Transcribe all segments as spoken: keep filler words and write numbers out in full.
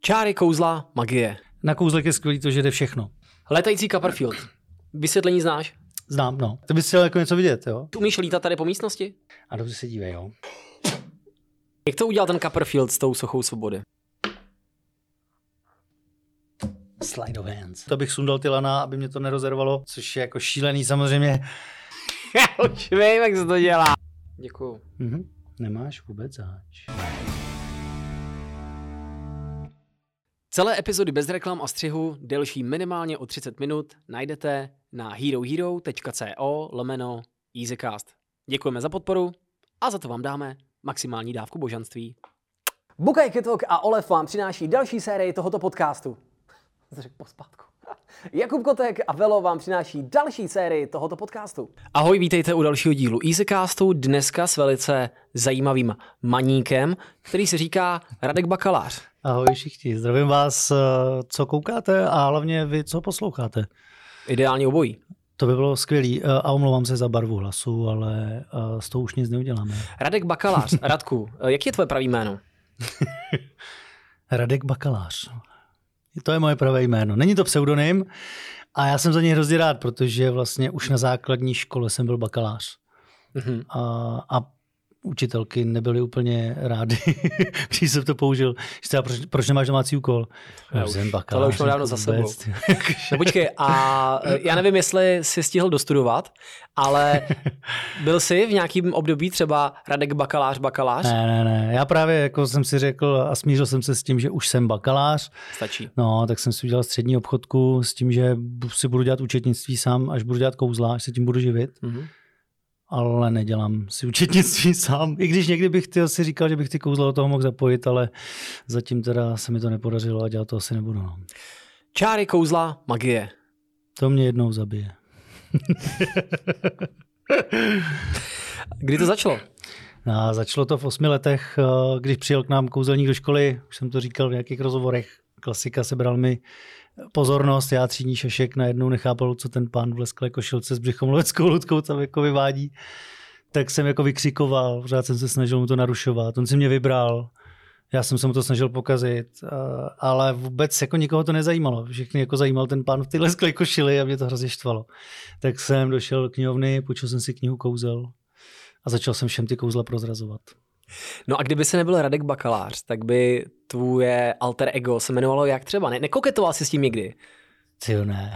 Čáry, kouzla, magie. Na kouzlech je skvělý to, že jde všechno. Letající Copperfield. Vysvětlení znáš? Znám, no. To bys chtěl jako něco vidět, jo? Ty umíš lítat tady po místnosti? A dobře se dívej, jo. Jak to udělal ten Copperfield s tou sochou svobody? Slide of hands. To bych sundal ty lana, aby mě to nerozervalo, což je jako šílený samozřejmě. Já už vím, jak se to dělá. Děkuju. Mhm. Nemáš vůbec zač. Celé epizody bez reklam a střihu, delší minimálně o třicet minut, najdete na herohero.co lomeno easycast. Děkujeme za podporu a za to vám dáme maximální dávku božanství. Bukaj Ketok a Olef vám přináší další sérii tohoto podcastu. Řekl pospátku. Jakub Kotek a Velo vám přináší další sérii tohoto podcastu. Ahoj, vítejte u dalšího dílu Easycastu, dneska s velice zajímavým maníkem, který se říká Radek Bakalář. Ahoj všichni, zdravím vás, co koukáte a hlavně vy, co posloucháte. Ideálně obojí. To by bylo skvělý a omlouvám se za barvu hlasu, ale z toho už nic neuděláme. Radek Bakalář. Radku, jaký je tvoje pravý jméno? Radek Bakalář. To je moje pravé jméno. Není to pseudonym a já jsem za něj hrozně rád, protože vlastně už na základní škole jsem byl bakalář. Mm-hmm. A, a učitelky nebyly úplně rády, když jsem to použil. Třeba, proč, proč nemáš domácí úkol? Já už, jsem bakalář. Tohle už mám dávno za sebou. No počkej, a já nevím, jestli jsi stihl dostudovat, ale byl jsi v nějakém období třeba Radek Bakalář, bakalář? Ne, ne, ne. Já právě jako jsem si řekl a smířil jsem se s tím, že už jsem bakalář. Stačí. No, tak jsem si udělal střední obchodku s tím, že si budu dělat účetnictví sám, až budu dělat kouzla, až se tím budu živit. Mm-hmm. Ale nedělám si účetnictví sám. I když někdy bych ty si říkal, že bych ty kouzla do toho mohl zapojit, ale zatím teda se mi to nepodařilo a dělat to asi nebudu. No. Čáry, kouzla, magie. To mě jednou zabije. Kdy to začalo? No, začalo to v osmi letech, když přijel k nám kouzelník do školy. Už jsem to říkal v nějakých rozhovorech. Klasika, sebral mi pozornost, já třídní šašek najednou nechápal, co ten pán v lesklé košilce s břichomloveckou ludkou tam jako vyvádí. Tak jsem jako vykřikoval, pořád jsem se snažil mu to narušovat. On si mě vybral, já jsem se mu to snažil pokazit, ale vůbec jako nikoho to nezajímalo. Všechny jako zajímal ten pán v té lesklé košili a mě to hrozně štvalo. Tak jsem došel do knihovny, půjčil jsem si knihu kouzel a začal jsem všem ty kouzla prozrazovat. No a kdyby se nebyl Radek Bakalář, tak by tvoje alter ego se jmenovalo jak třeba? Ne, nekoketoval jsi s tím nikdy? Tyjo, ne.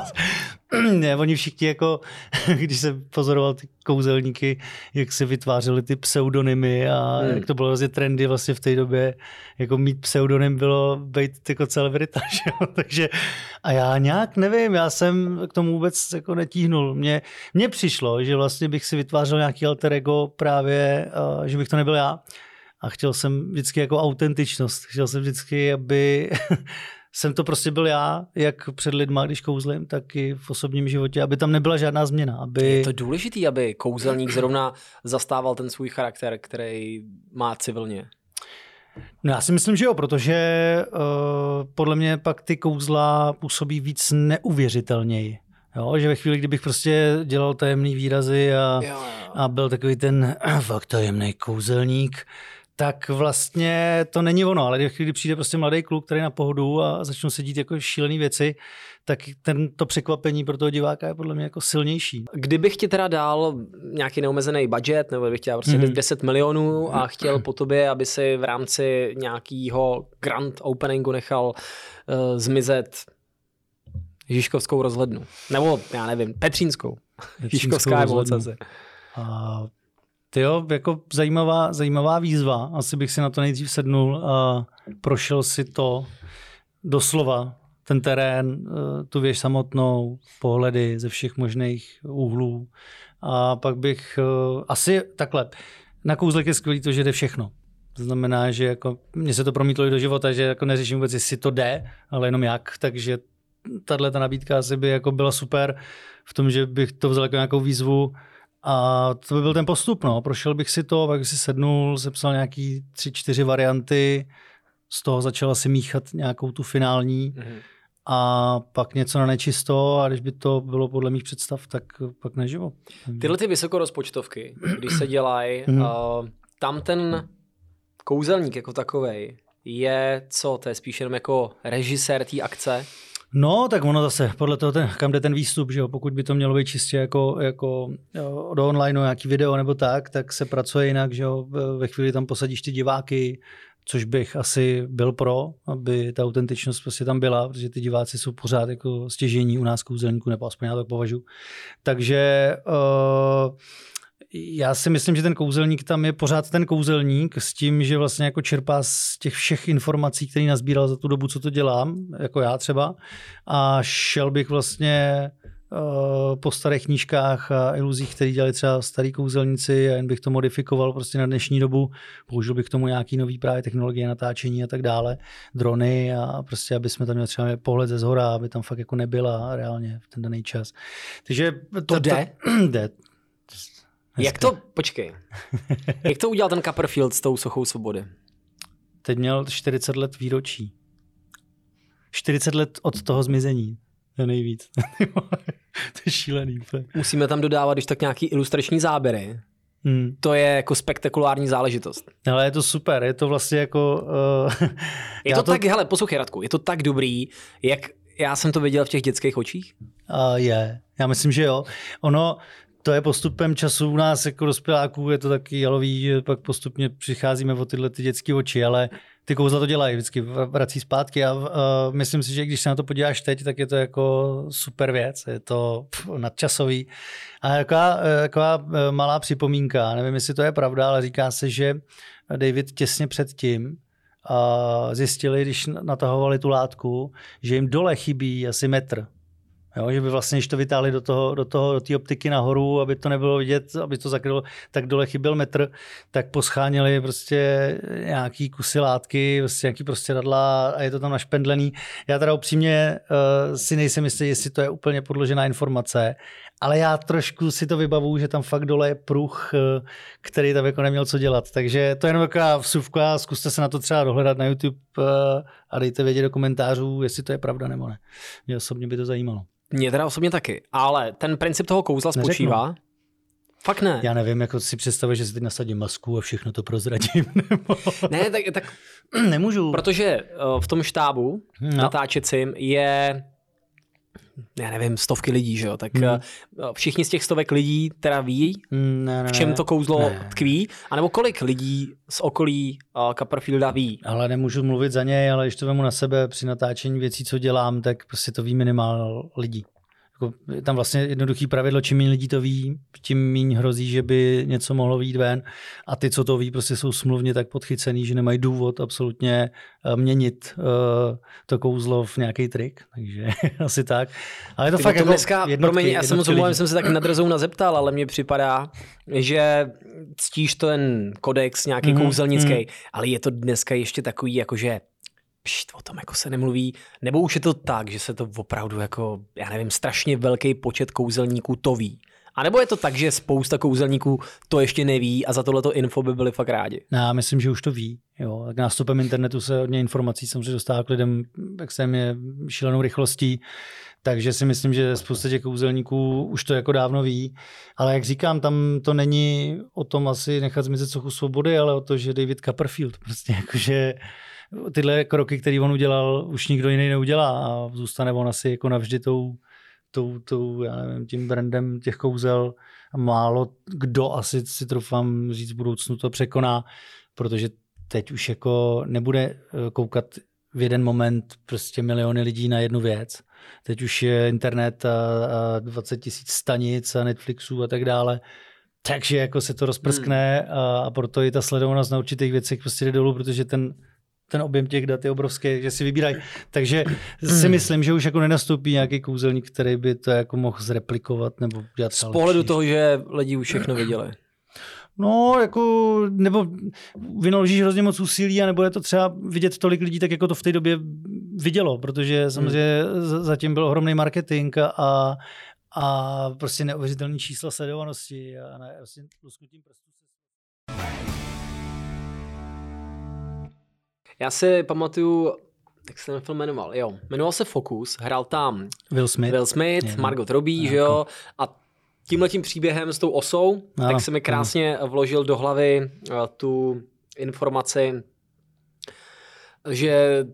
Ne, oni všichni jako, když jsem pozoroval ty kouzelníky, jak se vytvářely ty pseudonymy a hmm. jak to bylo vlastně trendy vlastně v té době, jako mít pseudonym bylo být jako celebrita, takže a já nějak nevím, já jsem k tomu vůbec jako netíhnul. Mně, mně přišlo, že vlastně bych si vytvářel nějaký alter ego právě, že bych to nebyl já a chtěl jsem vždycky jako autentičnost, chtěl jsem vždycky, aby jsem to prostě byl já, jak před lidma, když kouzlím, tak i v osobním životě, aby tam nebyla žádná změna. Aby... Je to důležitý, aby kouzelník zrovna zastával ten svůj charakter, který má civilně. No já si myslím, že jo, protože uh, podle mě pak ty kouzla působí víc neuvěřitelněji. Jo, že ve chvíli, kdybych prostě dělal tajemný výrazy a, jo, jo. a byl takový ten fakt tajemný kouzelník, tak vlastně to není ono, ale když přijde prostě mladý kluk, který je na pohodu a začnou se dít jako šílený věci, tak ten, to překvapení pro toho diváka je podle mě jako silnější. Kdybych ti teda dal nějaký neomezený budget, nebo bych chtěl prostě mm-hmm. deset milionů a chtěl po tobě, aby si v rámci nějakého grand openingu nechal uh, zmizet Žižkovskou rozhlednu. Nebo, já nevím, Petřínskou. Žižkovská je moc asi. A tyjo, jako zajímavá, zajímavá výzva. Asi bych si na to nejdřív sednul a prošel si to doslova, ten terén, tu věž samotnou, pohledy ze všech možných úhlů. A pak bych asi takhle. Na kouzlech je skvělý to, že jde všechno. To znamená, že jako mně se to promítlo i do života, že jako neřeším vůbec, jestli to jde, ale jenom jak. Takže tahle ta nabídka asi by jako byla super v tom, že bych to vzal jako nějakou výzvu. A to by byl ten postup, no. Prošel bych si to, pak bych si sednul, sepsal nějaký tři, čtyři varianty, z toho začal asi míchat nějakou tu finální mm-hmm. a pak něco na nečisto a když by to bylo podle mých představ, tak pak naživo. Tyhle ty vysokorozpočtovky, když se dělají, mm-hmm. uh, tam ten kouzelník jako takovej je co? To je spíš jenom jako režisér té akce? No, tak ono zase, podle toho, ten, kam jde ten výstup, že jo, pokud by to mělo být čistě jako, jako jo, do online nějaký video nebo tak, tak se pracuje jinak, že jo, ve chvíli tam posadíš ty diváky, což bych asi byl pro, aby ta autentičnost prostě tam byla, protože ty diváci jsou pořád jako stěžení u nás kouzelníků, nebo aspoň já tak považuji. Takže uh, já si myslím, že ten kouzelník tam je pořád ten kouzelník s tím, že vlastně jako čerpá z těch všech informací, které nazbíral za tu dobu, co to dělám, jako já třeba, a šel bych vlastně uh, po starých knížkách a iluzích, které dělali třeba starý kouzelníci, a jen bych to modifikoval prostě na dnešní dobu, použil bych k tomu nějaký nový právě technologie natáčení a tak dále, drony a prostě, aby jsme tam měli třeba pohled ze zhora, aby tam fakt jako nebyla reálně v ten daný čas. Takže to, to jde? To, jde. Hezky. Jak to, počkej, jak to udělal ten Copperfield s tou sochou svobody? Teď měl čtyřicet let výročí. čtyřicet let od toho zmizení. To je nejvíc. To je šílený. Musíme tam dodávat, když tak nějaký ilustrační záběry. Hmm. To je jako spektakulární záležitost. Ale je to super, je to vlastně jako... Uh, je to, to tak, hele, poslouchej Radku, je to tak dobrý, jak já jsem to viděl v těch dětských očích? Uh, je, já myslím, že jo. Ono... To je postupem času u nás jako dospěláků, je to taky jalový, že pak postupně přicházíme o tyhle ty dětské oči, ale ty kouzla to dělají, vždycky vrací zpátky a uh, myslím si, že když se na to podíváš teď, tak je to jako super věc, je to pff, nadčasový. A taková, taková malá připomínka, nevím, jestli to je pravda, ale říká se, že David těsně předtím uh, zjistili, když natahovali tu látku, že jim dole chybí asi metr. Jo, že by vlastně, když to vytáhli do toho, do toho, do té optiky nahoru, aby to nebylo vidět, aby to zakrylo, tak dole chyběl metr, tak poscháněli prostě nějaký kusy látky, prostě nějaký prostě radla a je to tam našpendlený. Já teda upřímně uh, si nejsem jistý, jestli to je úplně podložená informace, ale já trošku si to vybavuju, že tam fakt dole je pruh, uh, který tam jako neměl co dělat. Takže to je jenom taková vsuvka, zkuste se na to třeba dohledat na YouTube uh, a dejte vědět do komentářů, jestli to je pravda nebo ne. Mě osobně by to zajímalo. Mě teda osobně taky, ale ten princip toho kouzla spočívá. Neřeknu. Fakt ne. Já nevím, jako si představuješ, že si teď nasadím masku a všechno to prozradím. Nebo... Ne, tak, tak nemůžu. Protože v tom štábu no. natáčecím je, já nevím, stovky lidí, že jo, tak hmm. všichni z těch stovek lidí teda ví, ne, ne, v čem to kouzlo ne. tkví, anebo kolik lidí z okolí uh, Copperfielda ví. Ale nemůžu mluvit za něj, ale když to vemu na sebe při natáčení věcí, co dělám, tak prostě to ví minimál lidí. Je tam vlastně jednoduchý pravidlo, čím méně lidí to ví, tím méně hrozí, že by něco mohlo vyjít ven. A ty, co to ví, prostě jsou smluvně tak podchycený, že nemají důvod absolutně měnit uh, to kouzlo v nějaký trik. Takže asi tak. Ale je to Ty fakt to jako dneska, promiň, já jsem moc omlouvám, jsem se tak nadrzouna zeptal, ale mně připadá, že ctíš to ten kodex nějaký mm, kouzelnický, mm. ale je to dneska ještě takový, jakože Pšt, o tom jako se nemluví, nebo už je to tak, že se to opravdu jako, já nevím, strašně velký počet kouzelníků to ví. A nebo je to tak, že spousta kouzelníků to ještě neví a za tohleto info by byli fakt rádi? Já myslím, že už to ví. Jo. Tak nástupem internetu se hodně informací samozřejmě dostává k lidem extrémně šílenou rychlostí, takže si myslím, že spousta těch kouzelníků už to jako dávno ví. Ale jak říkám, tam to není o tom asi nechat zmizet sochu svobody, ale o to, že David Copperfield prostě jakože tyhle kroky, které on udělal, už nikdo jiný neudělá a zůstane on asi jako navždy tou, tou, tou já nevím, tím brandem těch kouzel a málo kdo asi si troufám říct v budoucnu to překoná, protože teď už jako nebude koukat v jeden moment prostě miliony lidí na jednu věc. Teď už je internet a, a dvacet tisíc stanic a Netflixů a tak dále. Takže jako se to rozprskne hmm. a, a proto i ta sledovanost na určitých věcech prostě jde dolů, protože ten ten objem těch dat je obrovský, že si vybírají. Takže si myslím, že už jako nenastoupí nějaký kouzelník, který by to jako mohl zreplikovat nebo dělat. Z pohledu lepší. Toho, že lidi už všechno viděli. No, jako, nebo vynaložíš hrozně moc úsilí, a nebo je to třeba vidět tolik lidí, tak jako to v té době vidělo, protože samozřejmě hmm. zatím byl ohromný marketing a, a prostě neuvěřitelný čísla sledovanosti a ne, vlastně lusknutím prstů. Já si pamatuju, jak se ten film jmenoval, jo, jmenoval se Focus, hrál tam Will Smith, Will Smith yeah. Margot Robbie, že jo, a tímhletím příběhem s tou osou, no, tak se mi krásně no. vložil do hlavy uh, tu informaci, že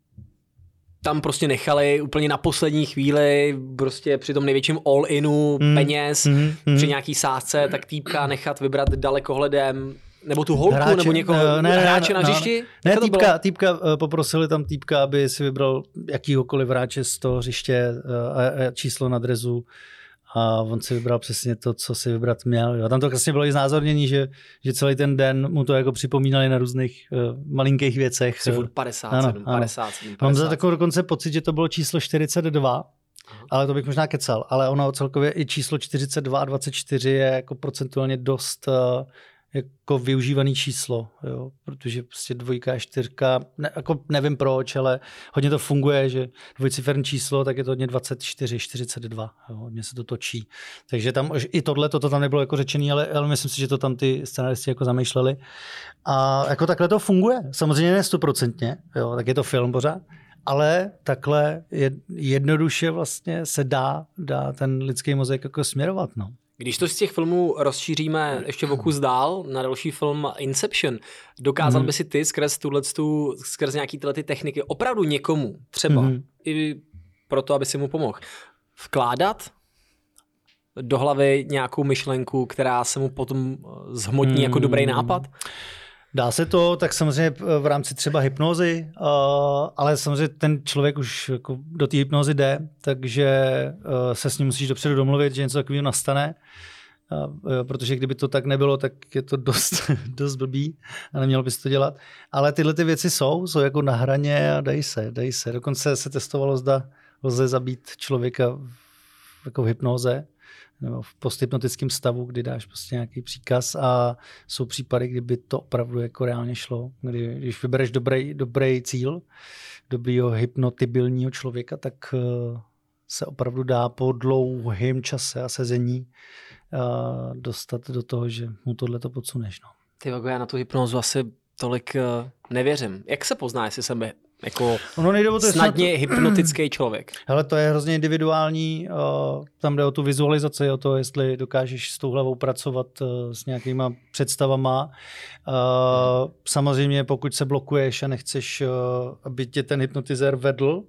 tam prostě nechali úplně na poslední chvíli, prostě při tom největším all-inu mm, peněz, mm, mm. při nějaký sázce, tak týpka nechat vybrat dalekohledem, nebo tu holku, hráče, nebo někoho, ne, ne, hráče ne, na ne, hřišti? Ne, týpka, týpka, poprosili tam týpka, aby si vybral jakýhokoliv hráče z toho hřiště a číslo na drezu. A on si vybral přesně to, co si vybrat měl. Jo. Tam to vlastně bylo i znázornění, že, že celý ten den mu to jako připomínali na různých uh, malinkých věcech. Si furt padesát sedm, ano, padesát sedm, padesát sedm. Mám za takovou dokonce pocit, že to bylo číslo čtyřicet dva, aha. Ale to bych možná kecal. Ale ono celkově i číslo čtyřicet dva a dvacet čtyři je jako procentuálně dost uh, jako využívaný číslo, jo, protože prostě dvojka a čtyřka, ne, jako nevím proč, ale hodně to funguje, že dvojciferné číslo, tak je to hodně dvacet čtyři, čtyřicet dva, jo, hodně se to točí. Takže tam i tohle, toto tam nebylo jako řečený, ale, ale myslím si, že to tam ty scenaristi jako zamýšleli. A jako takhle to funguje, samozřejmě ne stoprocentně, jo, tak je to film pořád, ale takhle jednoduše vlastně se dá, dá ten lidský mozek jako směrovat, no. Když to z těch filmů rozšíříme ještě o kus dál na další film Inception, dokázal mm. by si ty skrz tuhletu, skrz nějaký tyhle ty techniky opravdu někomu třeba mm. i proto, aby si mu pomohl vkládat do hlavy nějakou myšlenku, která se mu potom zhmotní mm. jako dobrý nápad? Dá se to, tak samozřejmě v rámci třeba hypnózy, ale samozřejmě ten člověk už jako do té hypnózy jde, takže se s ním musíš dopředu domluvit, že něco takového nastane, protože kdyby to tak nebylo, tak je to dost, dost blbý a nemělo by se to dělat. Ale tyhle ty věci jsou, jsou jako na hraně a dají se, dají se. Dokonce se testovalo, zda lze zabít člověka jako v hypnóze, nebo v posthypnotickém stavu, kdy dáš prostě nějaký příkaz a jsou případy, kdyby to opravdu jako reálně šlo. Kdy, když vybereš dobrý, dobrý cíl, dobrýho hypnotibilního člověka, tak uh, se opravdu dá po dlouhém čase a sezení uh, dostat do toho, že mu tohleto podsuneš. No. Ty vago, já na tu hypnózu asi tolik uh, nevěřím. Jak se pozná, jestli jsem jako ono snadně snad... hypnotický člověk? Hele, to je hrozně individuální, tam jde o tu vizualizaci, o to, jestli dokážeš s tou hlavou pracovat s nějakýma představama. Samozřejmě, pokud se blokuješ a nechceš, aby tě ten hypnotizér vedl,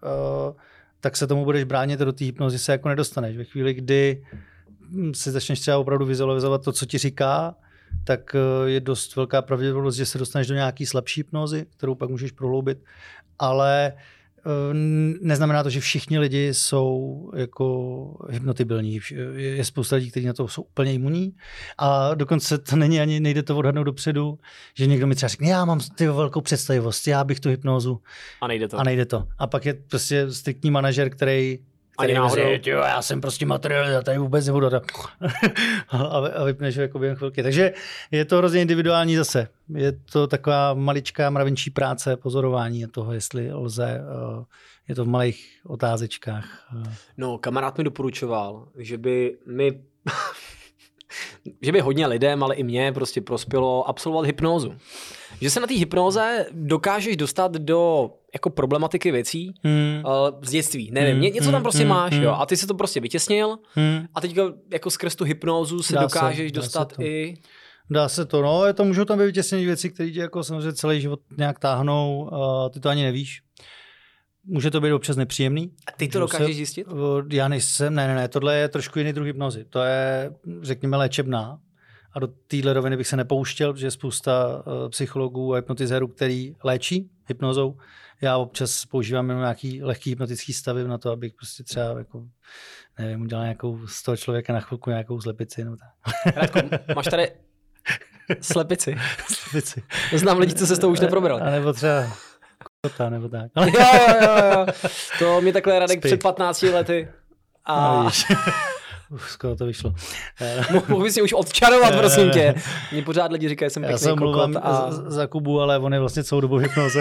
tak se tomu budeš bránit a do té hypnozy se jako nedostaneš. Ve chvíli, kdy si začneš třeba opravdu vizualizovat to, co ti říká, tak je dost velká pravděpodobnost, že se dostaneš do nějaký slabší hypnózy, kterou pak můžeš prohloubit, ale neznamená to, že všichni lidi jsou jako hypnotibilní. Je spousta lidí, kteří na to jsou úplně imunní a dokonce to není ani, nejde to odhadnout dopředu, že někdo mi třeba řekne, já mám ty velkou představivost, já bych tu hypnózu. A nejde to. A nejde to. A pak je prostě striktní manažer, který Ani náhodou. Jo, já jsem prostě materiál, já tady vůbec nebudu. A vypneš jako během chvilky. Takže je to hrozně individuální zase. Je to taková maličká mravenčí práce, pozorování toho, jestli lze. Je to v malých otázečkách. No, kamarád mi doporučoval, že by mi že by hodně lidem, ale i mně prostě prospělo absolvovat hypnózu. Že se na té hypnóze dokážeš dostat do jako problematiky věcí hmm. uh, z dětství. Nevím, hmm. něco tam prostě hmm. máš, jo, a ty si to prostě vytěsnil hmm. a teďka jako skrz tu hypnózu se dá dokážeš se, dostat dá i... Dá se to, no, je to, můžou tam být vytěsněné věci, které ti jako samozřejmě celý život nějak táhnou, a ty to ani nevíš. Může to být občas nepříjemný. A ty to dokážeš se, zjistit? Já nejsem, ne, ne, ne, tohle je trošku jiný druh hypnozy. To je, řekněme, léčebná. A do téhle roviny bych se nepouštěl, protože je spousta uh, psychologů a hypnotizérů, který léčí hypnozou. Já občas používám jenom nějaký lehký hypnotický stavy na to, abych prostě třeba jako, nevím, udělal nějakou z toho člověka na chvilku nějakou slepici. No tak. Radko, máš tady slepici? Slepici. Znám lidi, co se s tou už neprobral. A nebo třeba kota, nebo tak. jo, jo, jo. To mi takhle Radek Spí. Před patnácti lety. A... No, Uf, skoro to vyšlo. Mohl bys mě už odčarovat, prosím tě. Mně pořád lidi říkají, že jsem pěkný kokot. Já a... za Kubu, ale on je vlastně celou dobu hypnoze.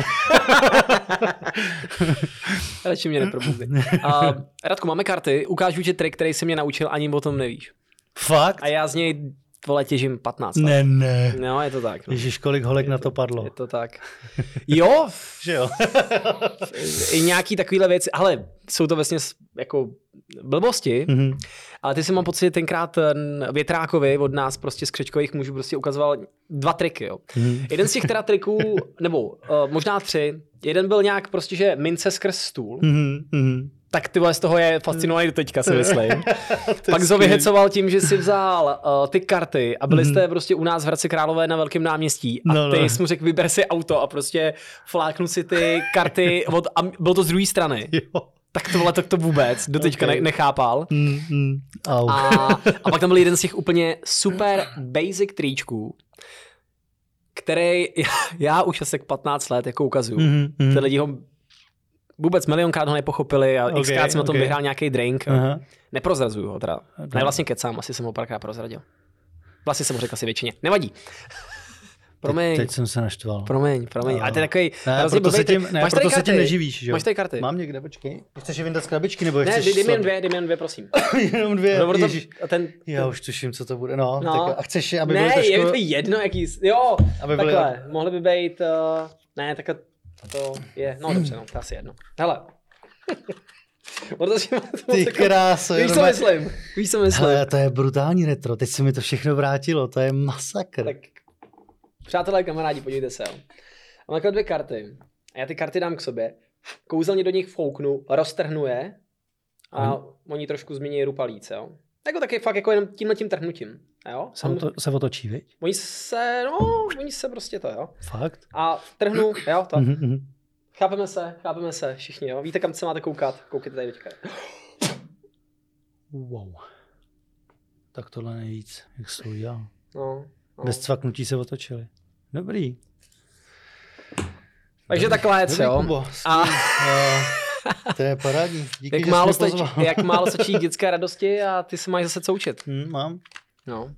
Radši mě neprobudí. Radku, máme karty. Ukážu ti trik, který jsi mě naučil, ani o tom nevíš. Fakt? A já z něj vole těžím patnáct let. Ne, ne. No, je to tak. No. Ježiš, kolik holek je na to, to padlo. Je to tak. Jo. Že jo. I nějaký takovýhle věci. Ale jsou to vlastně jako blbosti, Mm-hmm. ale ty si mám pocit, tenkrát ten Větrákovi od nás prostě z křečkových mužů prostě ukazoval dva triky. Jo. Mm-hmm. Jeden z těch teda triků, nebo uh, možná tři, jeden byl nějak prostě, že mince skrz stůl, Mm-hmm. tak ty vole z toho je fascinovaný do teďka, si myslím. Pak ho vyhecoval tím, že si vzal uh, ty karty a byli mm-hmm. jste prostě u nás v Hradci Králové na Velkém náměstí a no, ty no. jsi mu řekl, vyber si auto a prostě fláknu si ty karty od, a bylo to z druhé strany. Jo. Tak to, vole, tak to vůbec do teďka okay. nechápal. Mm, mm, a, a pak tam byl jeden z těch úplně super basic tričků, který já, já už asi patnáct let jako ukazuju. Mm, mm. Ty lidi ho vůbec milionkrát ho nepochopili a okay, xkrát jsem okay. o tom vyhrál nějaký drink. Uh-huh. Neprozrazuju ho teda. Okay. Ne, vlastně kecám, asi jsem ho párkrát prozradil. Vlastně jsem ho řekl asi většině. Nevadí. Promiň. Teď, teď jsem se naštval. Promiň, promiň. No. Ale to je takový... Ne, proto se tím, ne, máš proto tady se tím neživíš, že jo? Máš tady karty? Mám někde, počkej. Chceš je vyndat z krabičky, nebo ne, chceš... Ne, dej mi jen dvě, dej mi jen dvě, prosím. Jenom dvě, no, ježiš. A ten... Já už tuším, co to bude. No, no. Tak, a chceš, aby ne, byly trošku... Ne, je to jedno, jaký... Jo, aby takhle. Byly... Mohly by být... Uh... Ne, takhle to je... No dobře, no, to asi jedno. Hele. Ty kráso. Víš, co myslím? Víš, co myslím? Hele, to je brutální retro. Teď se mi to všechno vrátilo. To je masakr. Tak, přátelé, kamarádi, podívejte se. Mám takhle dvě karty. A já ty karty dám k sobě. Kouzelně do nich fouknu, roztrhnu je a hmm. oni trošku změní rupalíce, jo. Jako taky fakt jako jenom tímhletím trhnutím. Jo? Se, to, se otočí, viď? Oni se, no, oni se prostě to, jo. Fakt? A trhnu, jo, to. Chápeme se, chápeme se všichni, jo. Víte, kam se máte koukat? Koukejte tady teďka. Wow. Tak tohle nejvíc, jak se to udělal. No, no. Bez cvaknutí se otočili. Dobrý. Takže takhle, jo. Kubo, a... To je parádní. Díky, jak, málo stačí, jak málo stačí dětské radosti a ty se máš zase co učit. Hmm, mám. No.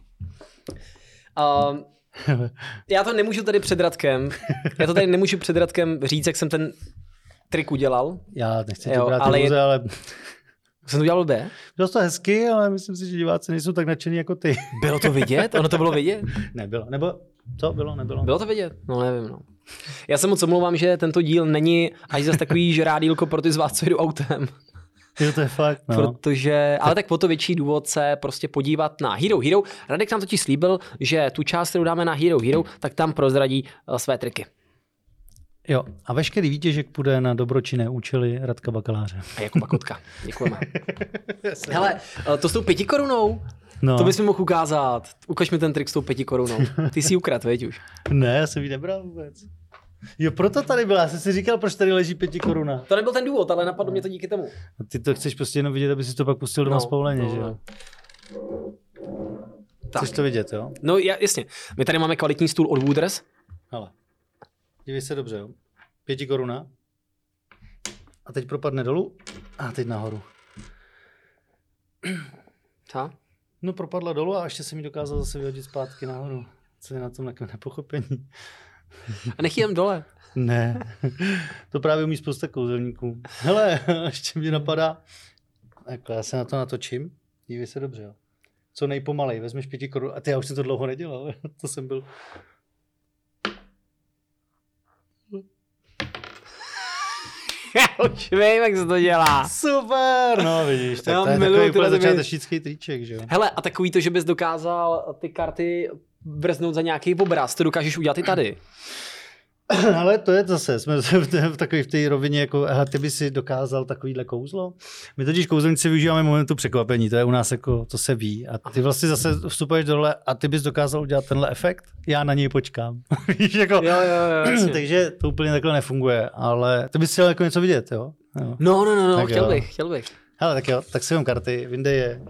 Uh, já to nemůžu tady před Radkem, já to tady nemůžu před Radkem říct, jak jsem ten trik udělal. Já nechci tě brát ale, je... ale... Jsem to udělal blbě? Bylo to hezky, ale myslím si, že diváci nejsou tak nadšení jako ty. Bylo to vidět? Ono to bylo vidět? Nebylo. Nebo co? Bylo? Nebylo? Bylo to vidět? No nevím, no. Já se moc omlouvám, že tento díl není až zase takový žrádílko pro ty z vás, co jdu autem. Jo, to je fakt, no. Protože, ale tak o to větší důvod se prostě podívat na Hero Hero. Radek nám totiž slíbil, že tu část, kterou dáme na Hero Hero, tak tam prozradí uh, své triky. Jo, a veškerý výtěžek půjde na dobročinné účely Radka Bakaláře. A Jakuba Kotka. Děkujeme. Hele, to s tou pěti korunou, no. To bys mi mohl ukázat. Ukaž mi ten trik s tou pěti korunou. Ty jsi ji ukradl, veď už. Ne, já jsem ji nebral vůbec. Jo, proto tady byla. Já jsem si říkal, proč tady leží pěti koruna. To nebyl ten důvod, ale napadlo mě to díky tomu. A ty to chceš prostě jenom vidět, aby si to pak pustil doma no, spouleně, no, že jo? Chceš to vidět, jo? No jasně. My tady máme kvalitní stůl od Wooders. Hele. Dívej se dobře, jo. Pěti koruna. A teď propadne dolů. A teď nahoru. Co? No propadla dolů a ještě jsem mi dokázal zase vyhodit zpátky nahoru. Co je na tom takové nepochopení. A nech jdem dole. Ne. To právě umí spousta kouzelníků. Hele, ještě mě napadá. Takhle, já se na to natočím. Dívej se dobře, jo. Co nejpomalej. Vezmeš pěti korun. A ty, já už jsem to dlouho nedělal. To jsem byl... Já už vím, jak se to dělá. Super, no vidíš, tak já to je takový úplně začátečnický triček, že jo. Hele, a takový to, že bys dokázal ty karty vrznout za nějaký obraz, to dokážeš udělat i tady. Ale to je zase, jsme v takové v té rovině, jako aha, ty by si dokázal takovýhle kouzlo. My totiž kouzelníci využíváme momentu překvapení, to je u nás jako, to se ví. A ty vlastně zase vstupuješ dole a ty bys dokázal udělat tenhle efekt, já na něj počkám. Víš, jako, jo, jo, jo, takže to úplně takhle nefunguje, ale ty bys chtěl jako něco vidět, jo? jo. No, no, no, no tak chtěl jo. bych, chtěl bych. Hele, tak jo, tak si vem karty, vyndej je.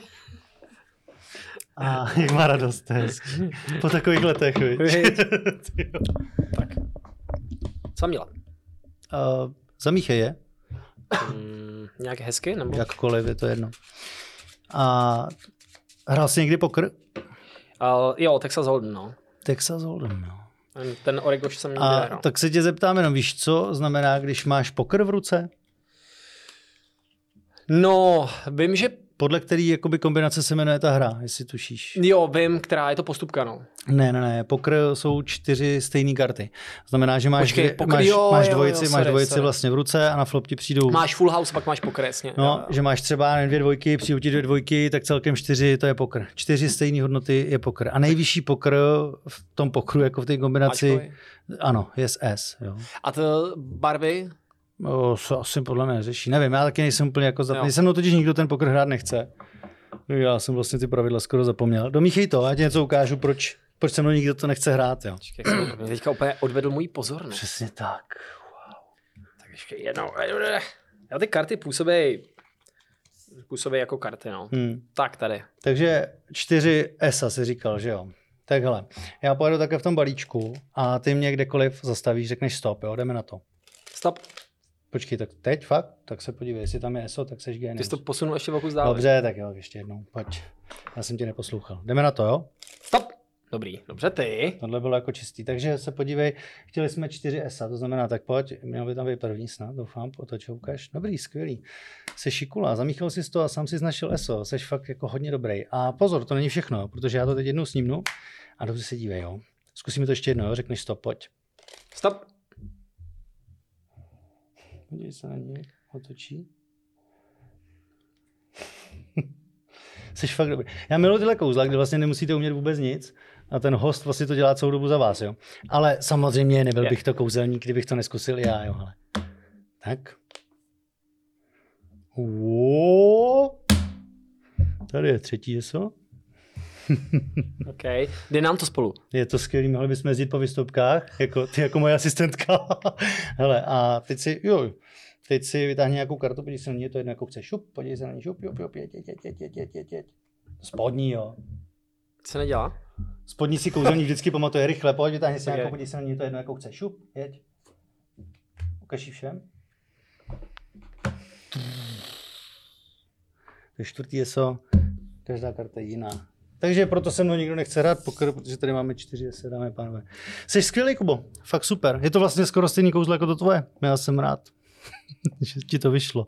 A jak má radost, to je hezký. Po takových letech, víš. Tak. Co mám dělat? Uh, zamíchej je. Mm, nějak hezky? Nebo? Jakkoliv, je to jedno. A hrál jsi někdy pokr? Uh, jo, Texas Hold'em, no. Texas Hold'em, no. Ten Oregon jsem někdy A nehrál. tak se tě zeptám jenom, víš, co znamená, když máš pokr v ruce? No, vím, že podle který jakoby kombinace se jmenuje ta hra, jestli tušíš. Jo, vím, která je to postupka, no. Ne, ne, ne, pokr jsou čtyři stejné karty. Znamená, že máš, Počkej, dvě, pokr, máš, jo, máš jo, dvojici, jo, máš sorry, dvojici sorry. vlastně v ruce a na flop ti přijdou... Máš full house, pak máš pokr, jasně. No, jo, jo. že máš třeba dvě dvojky, přijdou ti dvě dvojky, tak celkem čtyři, to je pokr. Čtyři stejné hodnoty je pokr. A nejvyšší pokr v tom pokru, jako v té kombinaci, Máčkovi. ano, je S. Jo. A to barvy? O, se asi podle mě řeší. Nevím, já taky nejsem úplně jako zapomněl. Jo. Se mnou totiž nikdo ten pokr hrát nechce. Já jsem vlastně ty pravidla skoro zapomněl. Domíchej to, já ti něco ukážu, proč, proč se mnou nikdo to nechce hrát. Jo. Počkej, jak jsem teďka úplně odvedl můj pozornost. Přesně tak. Tak ještě jednou. Já ty karty působí, působí jako karty, no. Hmm. Tak tady. Takže čtyři S A si říkal, že jo. Tak hele, já pojedu také v tom balíčku a ty mě kdekoliv zastavíš, řekneš stop, jo, jdeme na to. Stop. Počkej, tak teď fakt? Tak se podívej, jestli tam je S O, tak seš genius. Ty jsi to posunul ještě o kus dál. Dobře, tak jo, ještě jednou, pojď. Já jsem tě neposlouchal. Jdeme na to, jo? Stop. Dobrý, dobře ty. Tohle bylo jako čistý, takže se podívej, chtěli jsme čtyři S A, to znamená, tak pojď, měl by tam být první snad, doufám, otoč ho ukáž. Dobrý, skvělý. Jsi šikula, zamíchal jsi to a sám si našel S O, jsi fakt jako hodně dobrý. A pozor, to není všechno, protože já to teď jednou snímnu a dobře se dívej, jo. Zkusíme to ještě jednou, jo? Řekneš stop, pojď. Stop. Podívej se na něj, otočí. Jsi fakt dobrý. Já miluji tyhle kouzla, kde vlastně nemusíte umět vůbec nic a ten host vlastně to dělá celou dobu za vás, jo. Ale samozřejmě nebyl Je. bych to kouzelník, kdybych to neskusil já, jo, ale. Tak. Uo. Tady je třetí eso. OK. Jde nám to spolu. Je to skvělý, mohli bychom jezdit po vystoupkách, jako ty jako moje asistentka. Hele, a teď si, jo, teď si vytáhni nějakou kartu, podívej se na ní, to je jedno, jako chceš, šup, podívej se na ní, šup, šup, šup, jeď, jeď, jeď, jeď, jeď, jeď, jeď. Spodní, jo. Co se nedělá? Spodní si kouzelník vždycky pamatuje rychle, pojď, vytáhni si Okay. nějakou, podívej se na ní, to je jedno, jako chceš, šup, jeď. Ukaž jí všem. To je čtvrtý eso, každá karta je jiná. Takže proto se mnou nikdo nechce hrát poker, protože tady máme čtyři se, dámy a pánové. Jsi skvělý, Kubo, fakt super. Je to vlastně skoro stejný kouzlo jako to tvoje. Já jsem rád, že ti to vyšlo.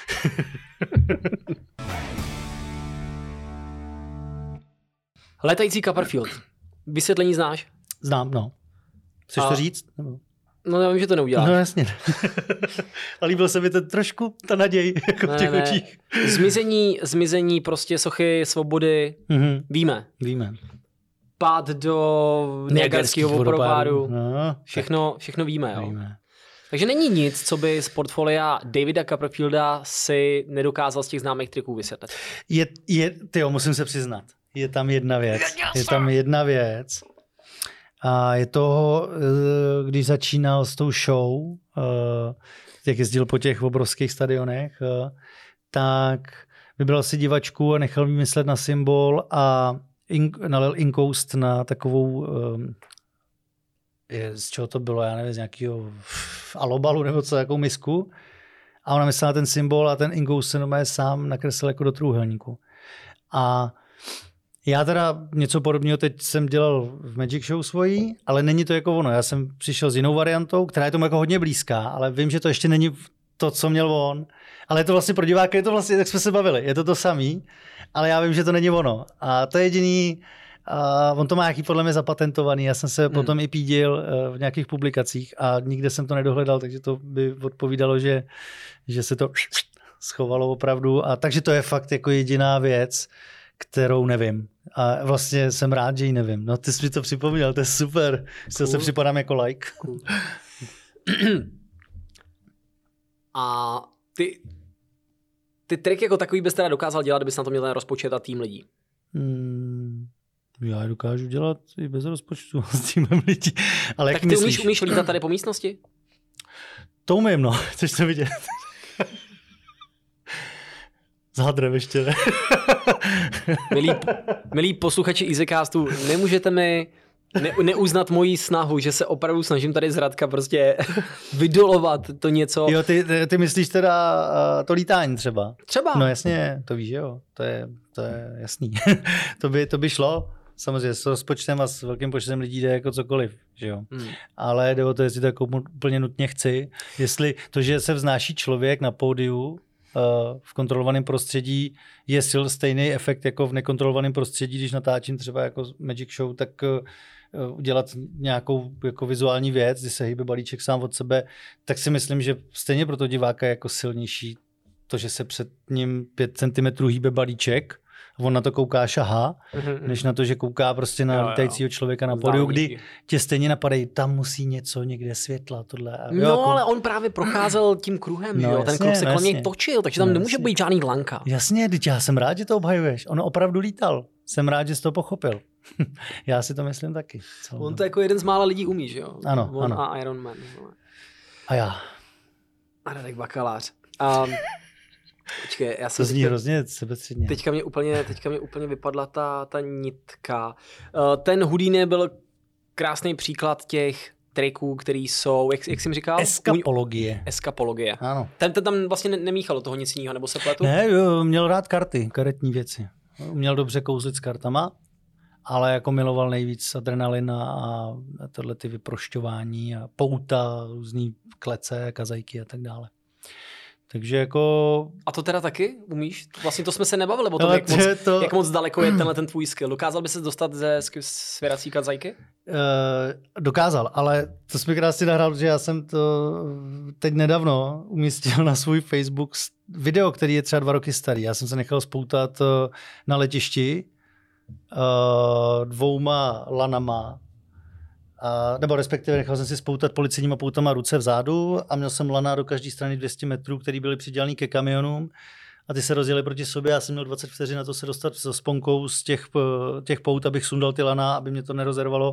Letající Copperfield. Vysvětlení znáš? Znám, no. Chceš A- to říct? Nebo? No já vím, že to neuděláš. No jasně. A líbil se mi ten trošku, ta naděj, jako v Ne, těch ne. očích. Zmizení, zmizení prostě sochy svobody, Mhm. víme. Víme. Pád do Niagarského vodopádu. No, Všechno, všechno víme, tak jo. víme. Takže není nic, co by z portfolia Davida Copperfielda si nedokázal z těch známých triků vysvětlit. Je, je, tyjo, musím se přiznat. Je tam jedna věc. Je tam jedna věc. A je to, eh, když začínal s tou show, eh, jak jezdil po těch obrovských stadionech, eh, tak vybral si divačku a nechal vymyslet na symbol a ink, nalil inkoust na takovou, eh, je, z čeho to bylo, já nevím, z nějakého alobalu nebo co, jakou misku. A ona myslela ten symbol a ten inkoust se normálně sám nakreslil jako do trůhelníku. A já teda něco podobného teď jsem dělal v Magic Show svojí, ale není to jako ono. Já jsem přišel s jinou variantou, která je tomu jako hodně blízká, ale vím, že to ještě není to, co měl on. Ale je to vlastně pro diváka, je to vlastně, jak jsme se bavili, je to to samý, ale já vím, že to není ono. A to je jediný, uh, on to má nějaký podle mě zapatentovaný, já jsem se hmm. potom i pídil uh, v nějakých publikacích a nikde jsem to nedohledal, takže to by odpovídalo, že, že se to schovalo opravdu. A takže to je fakt jako jediná věc, kterou nevím. A vlastně jsem rád, že ji nevím. No ty jsi mi to připomněl, to je super. Cool. Se připadám jako like. Cool. A ty, ty triky jako takový bys teda dokázal dělat, kdybys na to měl ten rozpočet a tým lidí. Hmm, já je dokážu dělat i bez rozpočtu s týmem lidí. Ale Tak jak ty myslíš? umíš, umíš lítat tady po místnosti? To umím, no. Chceš to vidět? S hadrem ještě, ne? Milí, milí posluchači EasyCastu, nemůžete mi ne, neuznat moji snahu, že se opravdu snažím tady z Radka prostě vydolovat to něco. Jo, ty, ty myslíš teda uh, to lítání třeba? Třeba. No jasně, to víš, jo. To je, to je jasný. to, by, to by šlo. Samozřejmě s rozpočtem a s velkým počtem lidí jde jako cokoliv, že jo. Hmm. Ale jde o to, jestli to jako úplně nutně chci. Jestli to, že se vznáší člověk na pódiu, v kontrolovaném prostředí je sil stejný efekt jako v nekontrolovaném prostředí, když natáčím třeba jako Magic Show, tak udělat nějakou jako vizuální věc, kdy se hýbe balíček sám od sebe, tak si myslím, že stejně pro toho diváka je jako silnější to, že se před ním pět centimetrů hýbe balíček, on na to kouká šahá, mm-hmm. než na to, že kouká prostě na lítajícího člověka na pódiu, kdy tě stejně napadají, tam musí něco někde světla, tohle. No, jo, ale on právě procházel tím kruhem, no, že jo, ten kruh se kolem něj točil, takže tam no, nemůže jasně. být žádný lanka. Jasně, teď já jsem rád, že to obhajuješ, on opravdu lítal, jsem rád, že jsi to pochopil. Já si to myslím taky. On to jako jeden z mála lidí umí, že jo? Ano, on ano. a Iron Man. A já. A Radek Bakalář. Um, Počkej, já jsem to zní hrozně sebestředně. Teďka mě úplně, teďka mě úplně vypadla ta, ta nitka. Uh, ten Houdini byl krásný příklad těch triků, který jsou, jak, jak jsi mi říkal? Eskapologie. Eskapologie. Ano. Ten, ten tam vlastně nemíchal do toho nic jiného, nebo se pletu? Ne, jo, měl rád karty, karetní věci. Měl dobře kouzlit s kartama, ale jako miloval nejvíc adrenalina a tohle ty vyprošťování a pouta, různý klece, kazajky a tak dále. Takže jako... A to teda taky umíš? Vlastně to jsme se nebavili o tom, jak moc, to... jak moc daleko je tenhle ten tvůj skill. Dokázal by se dostat ze svěrací kazajky? Uh, dokázal, ale to jsi mi krásně nahrál, že já jsem to teď nedávno umístil na svůj Facebook video, který je třeba dva roky starý. Já jsem se nechal spoutat na letišti uh, dvouma lanama, Uh, nebo respektive nechal jsem si spoutat policejníma poutama ruce vzadu a měl jsem lana do každé strany dvě stě metrů, který byly přidělaný ke kamionům a ty se rozjeli proti sobě. Já jsem měl dvacet vteřin na to se dostat s sponkou z těch, těch pout, abych sundal ty lana, aby mě to nerozervalo.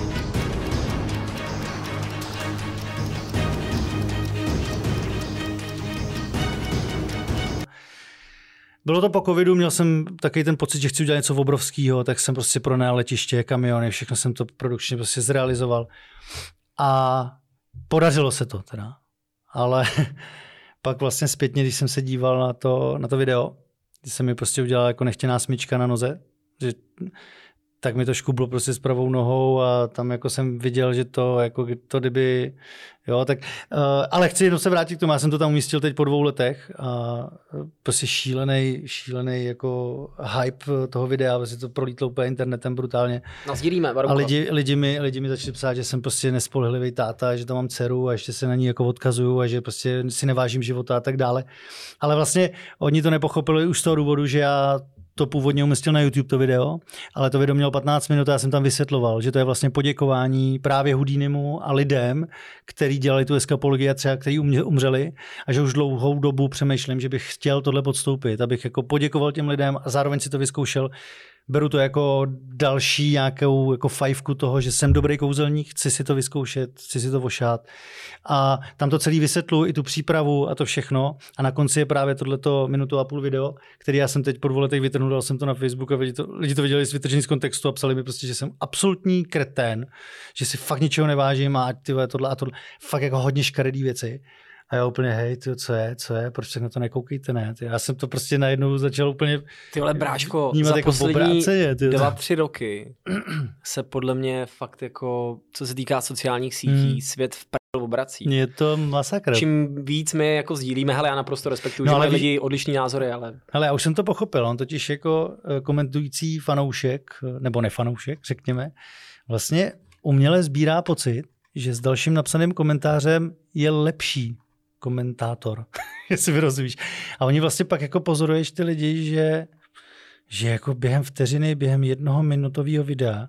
Bylo to po covidu, měl jsem takový ten pocit, že chci udělat něco obrovského, tak jsem prostě pronajal letiště, kamiony, všechno jsem to produkčně prostě zrealizoval. A podařilo se to teda. Ale pak vlastně zpětně, když jsem se díval na to, na to video, kdy se mi prostě udělala jako nechtěná smyčka na noze, že tak mi to škublo prostě s pravou nohou a tam jako jsem viděl, že to jako to kdyby, jo, tak, uh, ale chci jenom se vrátit k tomu, já jsem to tam umístil teď po dvou letech a prostě šílený, šílený jako hype toho videa, prostě to prolítlo úplně internetem brutálně. Nazdílíme, a lidi, lidi, mi, lidi mi začali psát, že jsem prostě nespolehlivý táta, že tam mám dceru a ještě se na ní jako odkazuju a že prostě si nevážím života a tak dále. Ale vlastně oni to nepochopili už z toho důvodu, že já to původně umístil na YouTube to video, ale to video mělo patnáct minut a já jsem tam vysvětloval, že to je vlastně poděkování právě Houdinimu a lidem, kteří dělali tu eskapologii a třeba kteří umřeli a že už dlouhou dobu přemýšlím, že bych chtěl tohle podstoupit, abych jako poděkoval těm lidem a zároveň si to vyzkoušel. Beru to jako další nějakou jako fajfku toho, že jsem dobrý kouzelník, chci si to vyzkoušet, chci si to vošát. A tam to celý vysvětluji, i tu přípravu a to všechno. A na konci je právě tohleto minutu a půl video, který já jsem teď po dvou letech vytrhnul, dal jsem to na Facebook a lidi to, lidi to viděli z vytržený z kontextu a psali mi prostě, že jsem absolutní kretén, že si fakt ničeho nevážím a tyhle, tohle a tohle. Fakt jako hodně škaredý věci. A já úplně, hej, tyjo, co je, co je, proč tak na to nekoukejte, ne? Já jsem to prostě najednou začal úplně Tyhle bráško, za jako poslední dva, tři roky se podle mě fakt jako, co se týká sociálních sítí, hmm. svět v prdel obrací. Je to masakr. Čím víc my jako sdílíme, hele, já naprosto respektuju, no, že mají lidi odlišný názory, ale... Hele, já už jsem to pochopil, on totiž jako komentující fanoušek, nebo nefanoušek, řekněme, vlastně uměle sbírá pocit, že s dalším napsaným komentářem je lepší komentátor, jestli mi rozumíš. A oni vlastně pak jako pozoruješ ty lidi, že, že jako během vteřiny, během jednoho minutového videa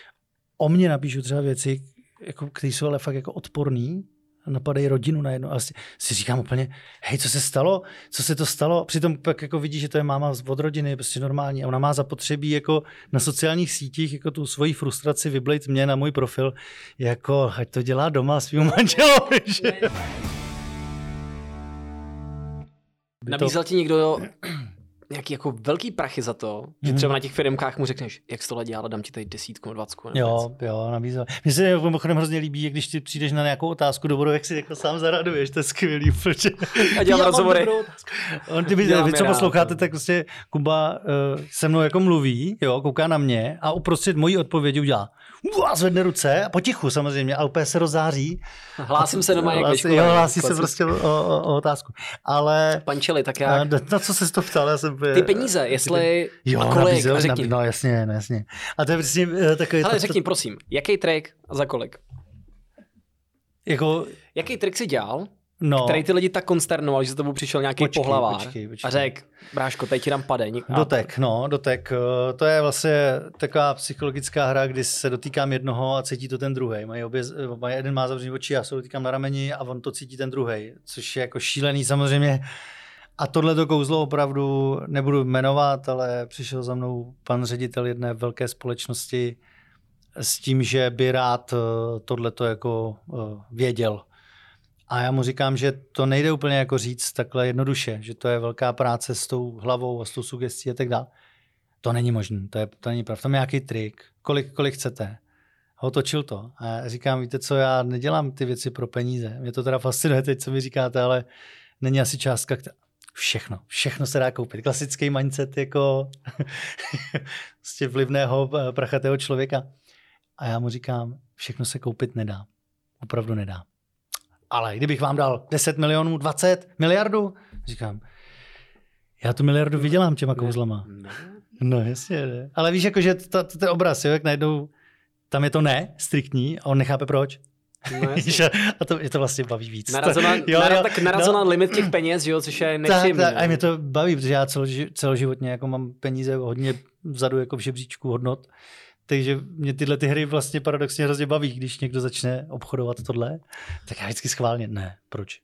o mě napíšu třeba věci, jako, které jsou ale fakt jako odporný, napadají rodinu najednou a si, si říkám úplně, hej, co se stalo? Co se to stalo? Přitom pak jako vidí, že to je máma od rodiny, prostě normální a ona má zapotřebí jako na sociálních sítích jako tu svoji frustraci vyblejt mě na můj profil, jako ať to dělá doma svým manželovi, že? Nabízel ti někdo nějaký jako velký prachy za to, že třeba na těch firmkách mu řekneš, jak jsi tohle dělal, dám ti tady desítku, dvacku. Jo, jo, nabízel. Mně se mimochodem hrozně líbí, když ty přijdeš na nějakou otázku do bodu, jak si jako sám zaraduješ, to je skvělý. Protože... A dělám rozhovory. On, ty, vy, vy co posloucháte, tak prostě Kuba uh, se mnou jako mluví, jo, kouká na mě a uprostřed mojí odpovědi udělá a zvedne ruce a potichu samozřejmě a úplně se rozzáří. Hlásím se doma jak ve škole. Jo, hlásí se prostě o, o, o otázku. Ale... Pančeli, tak jak? Na, na co se to ptal? Já jsem... Ty peníze, jestli... Jo, a kolik, nabízel, a řekni. Nabí... No jasně, no, jasně. A to je prostě takový... Ale to, řekni, prosím, jaký track a za kolik? Jako... Jaký track jsi dělal, no. který ty lidi tak konsternoval, že za tobou přišel nějaký Počkej, pohlavár počkej, počkej. a řekl, bráško, teď ti dám padeň. Dotek, no, dotek. To je vlastně taková psychologická hra, kdy se dotýkám jednoho a cítí to ten druhej. Mají obě, jeden má zavřený oči, já se dotýkám na rameni a on to cítí ten druhej, což je jako šílený samozřejmě. A tohleto kouzlo opravdu nebudu jmenovat, ale přišel za mnou pan ředitel jedné velké společnosti s tím, že by rád tohleto jako věděl. A já mu říkám, že to nejde úplně jako říct takhle jednoduše, že to je velká práce s tou hlavou a s tou sugestí a tak dále. To není možné, to, je, to není pravda. Tam je nějaký trik, kolik, kolik chcete. A otočil to. A já říkám, víte co, já nedělám ty věci pro peníze. Mě to teda fascinuje teď, co mi říkáte, ale není asi částka, která... Všechno, všechno se dá koupit. Klasický mindset jako prostě vlivného, prachatého člověka. A já mu říkám, všechno se koupit nedá. Opravdu nedá. Ale kdybych vám dal deset milionů, dvacet miliardů, říkám, já tu miliardu vydělám těma kouzlama. Ne. No jasně, ne. Ale víš, jakože to, to, to je obraz, jo, jak najednou, tam je to ne, striktní, a on nechápe proč. No, a to, je to vlastně baví víc. Narazona, jo, jo, nara, tak narazona no. limit těch peněz, jo, což je nepříjemné. Tak, tak, a mě to baví, protože já celoži, celoživotně jako mám peníze hodně vzadu jako v žebříčku hodnot. Takže mě tyhle ty hry vlastně paradoxně hrozně baví, když někdo začne obchodovat tohle. Tak já vždycky schválně, ne, proč?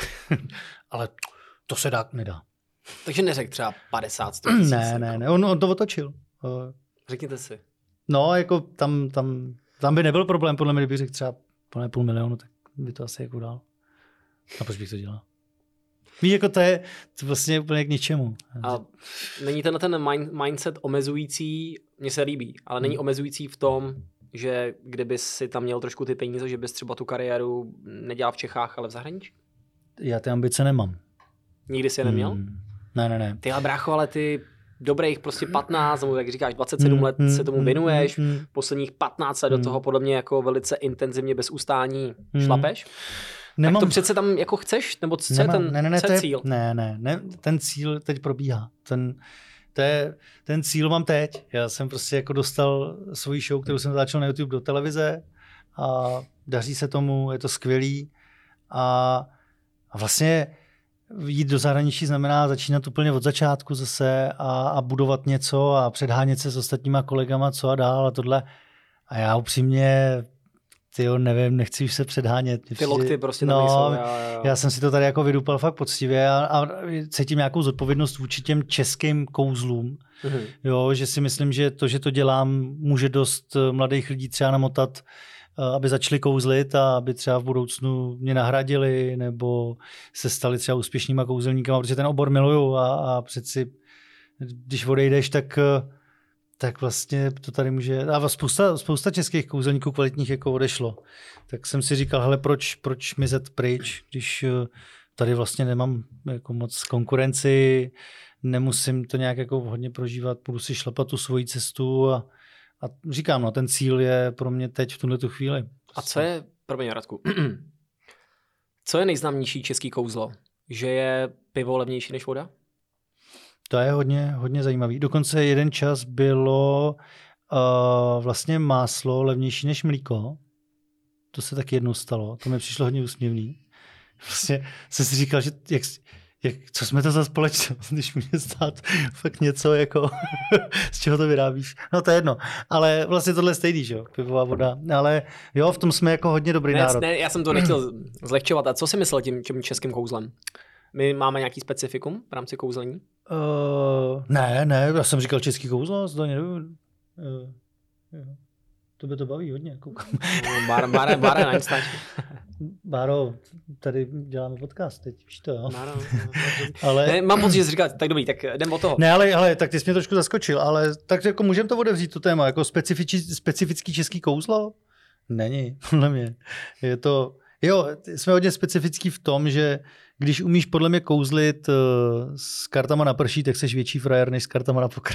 Ale to se dá, nedá. Takže neřek třeba padesát, sto tisíc. Ne, ne, ne, on, on to otočil. Řekněte si. No, jako tam, tam, tam by nebyl problém, podle mě, kdybych řekl třeba půl milionu, tak by to asi jako dal. A proč bych to dělal? Víš, jako to je to vlastně úplně k ničemu. A není tenhle ten mind, mindset omezující, mně se líbí, ale není omezující v tom, že kdyby si tam měl trošku ty peníze, že bys třeba tu kariéru nedělal v Čechách, ale v zahraničí? Já ty ambice nemám. Nikdy jsi je neměl? Hmm. Ne, ne, ne. Ty ale brácho, ale ty dobrých prostě patnáct, nebo jak říkáš, dvacet sedm let se tomu věnuješ, posledních patnáct let do toho podle mě jako velice intenzivně bez ustání šlapeš. Nemám... Tak to přece tam jako chceš? Nebo co Nemám... je ten ne, ne, ne, co je cíl? Ne, ne, ne, ten cíl teď probíhá. Ten, to je, ten cíl mám teď. Já jsem prostě jako dostal svoji show, kterou jsem začal na YouTube do televize a daří se tomu, je to skvělý. A, a vlastně jít do zahraničí znamená začínat úplně od začátku zase a, a budovat něco a předhánět se s ostatníma kolegama, co a dál a tohle. A já upřímně tyjo, nevím, nechci už se předhánět. Ty lokty prostě tam no, nejsou. Já, já. já jsem si to tady jako vydupal fakt poctivě a, a cítím nějakou zodpovědnost vůči těm českým kouzlům. Mm-hmm. Jo, že si myslím, že to, že to dělám, může dost mladých lidí třeba namotat, aby začali kouzlit a aby třeba v budoucnu mě nahradili nebo se stali třeba úspěšnýma kouzelníkama, protože ten obor miluju a, a přeci, když odejdeš, tak tak vlastně to tady může... A spousta, spousta českých kouzelníků kvalitních jako odešlo. Tak jsem si říkal, hele, proč, proč mizet pryč, když tady vlastně nemám jako moc konkurenci, nemusím to nějak jako hodně prožívat, budu si šlapat tu svoji cestu a, a říkám, no, ten cíl je pro mě teď v tuhletu chvíli. A co je, promiň Radku, co je nejznámější český kouzlo? Že je pivo levnější než voda? To je hodně, hodně zajímavý. Dokonce jeden čas bylo uh, vlastně máslo levnější než mlíko. To se taky jednou stalo. To mi přišlo hodně úsměvný. Vlastně jsem si říkal, že jak, jak, co jsme to za společnost, když může stát fakt něco, jako z čeho to vyrábíš. No to je jedno. Ale vlastně tohle je stejný, že jo, pivo a voda. Ale jo, v tom jsme jako hodně dobrý ne, národ. Ne, já jsem to nechtěl zlehčovat. A co jsi myslel tím, tím českým kouzlem? My máme nějaký specifikum v rámci kouzlení? Uh, ne, ne, já jsem říkal český kouzlo, to nevím. Uh, to by to baví hodně. Bára, bára, bára na Instači. Báro, tady děláme podcast teď, víš to, jo? Bára, ale... ne, mám pocit, že jsi říkal, tak dobrý, tak jdem od toho. Ne, ale, ale tak ty jsi mě trošku zaskočil, ale tak jako můžeme to odevřít, to téma, jako specifický, specifický český kouzlo? Není, podle mě. Je to, jo, jsme hodně specifický v tom, že když umíš podle mě kouzlit uh, s kartama na prší, tak seš větší frajer než s kartama na poker.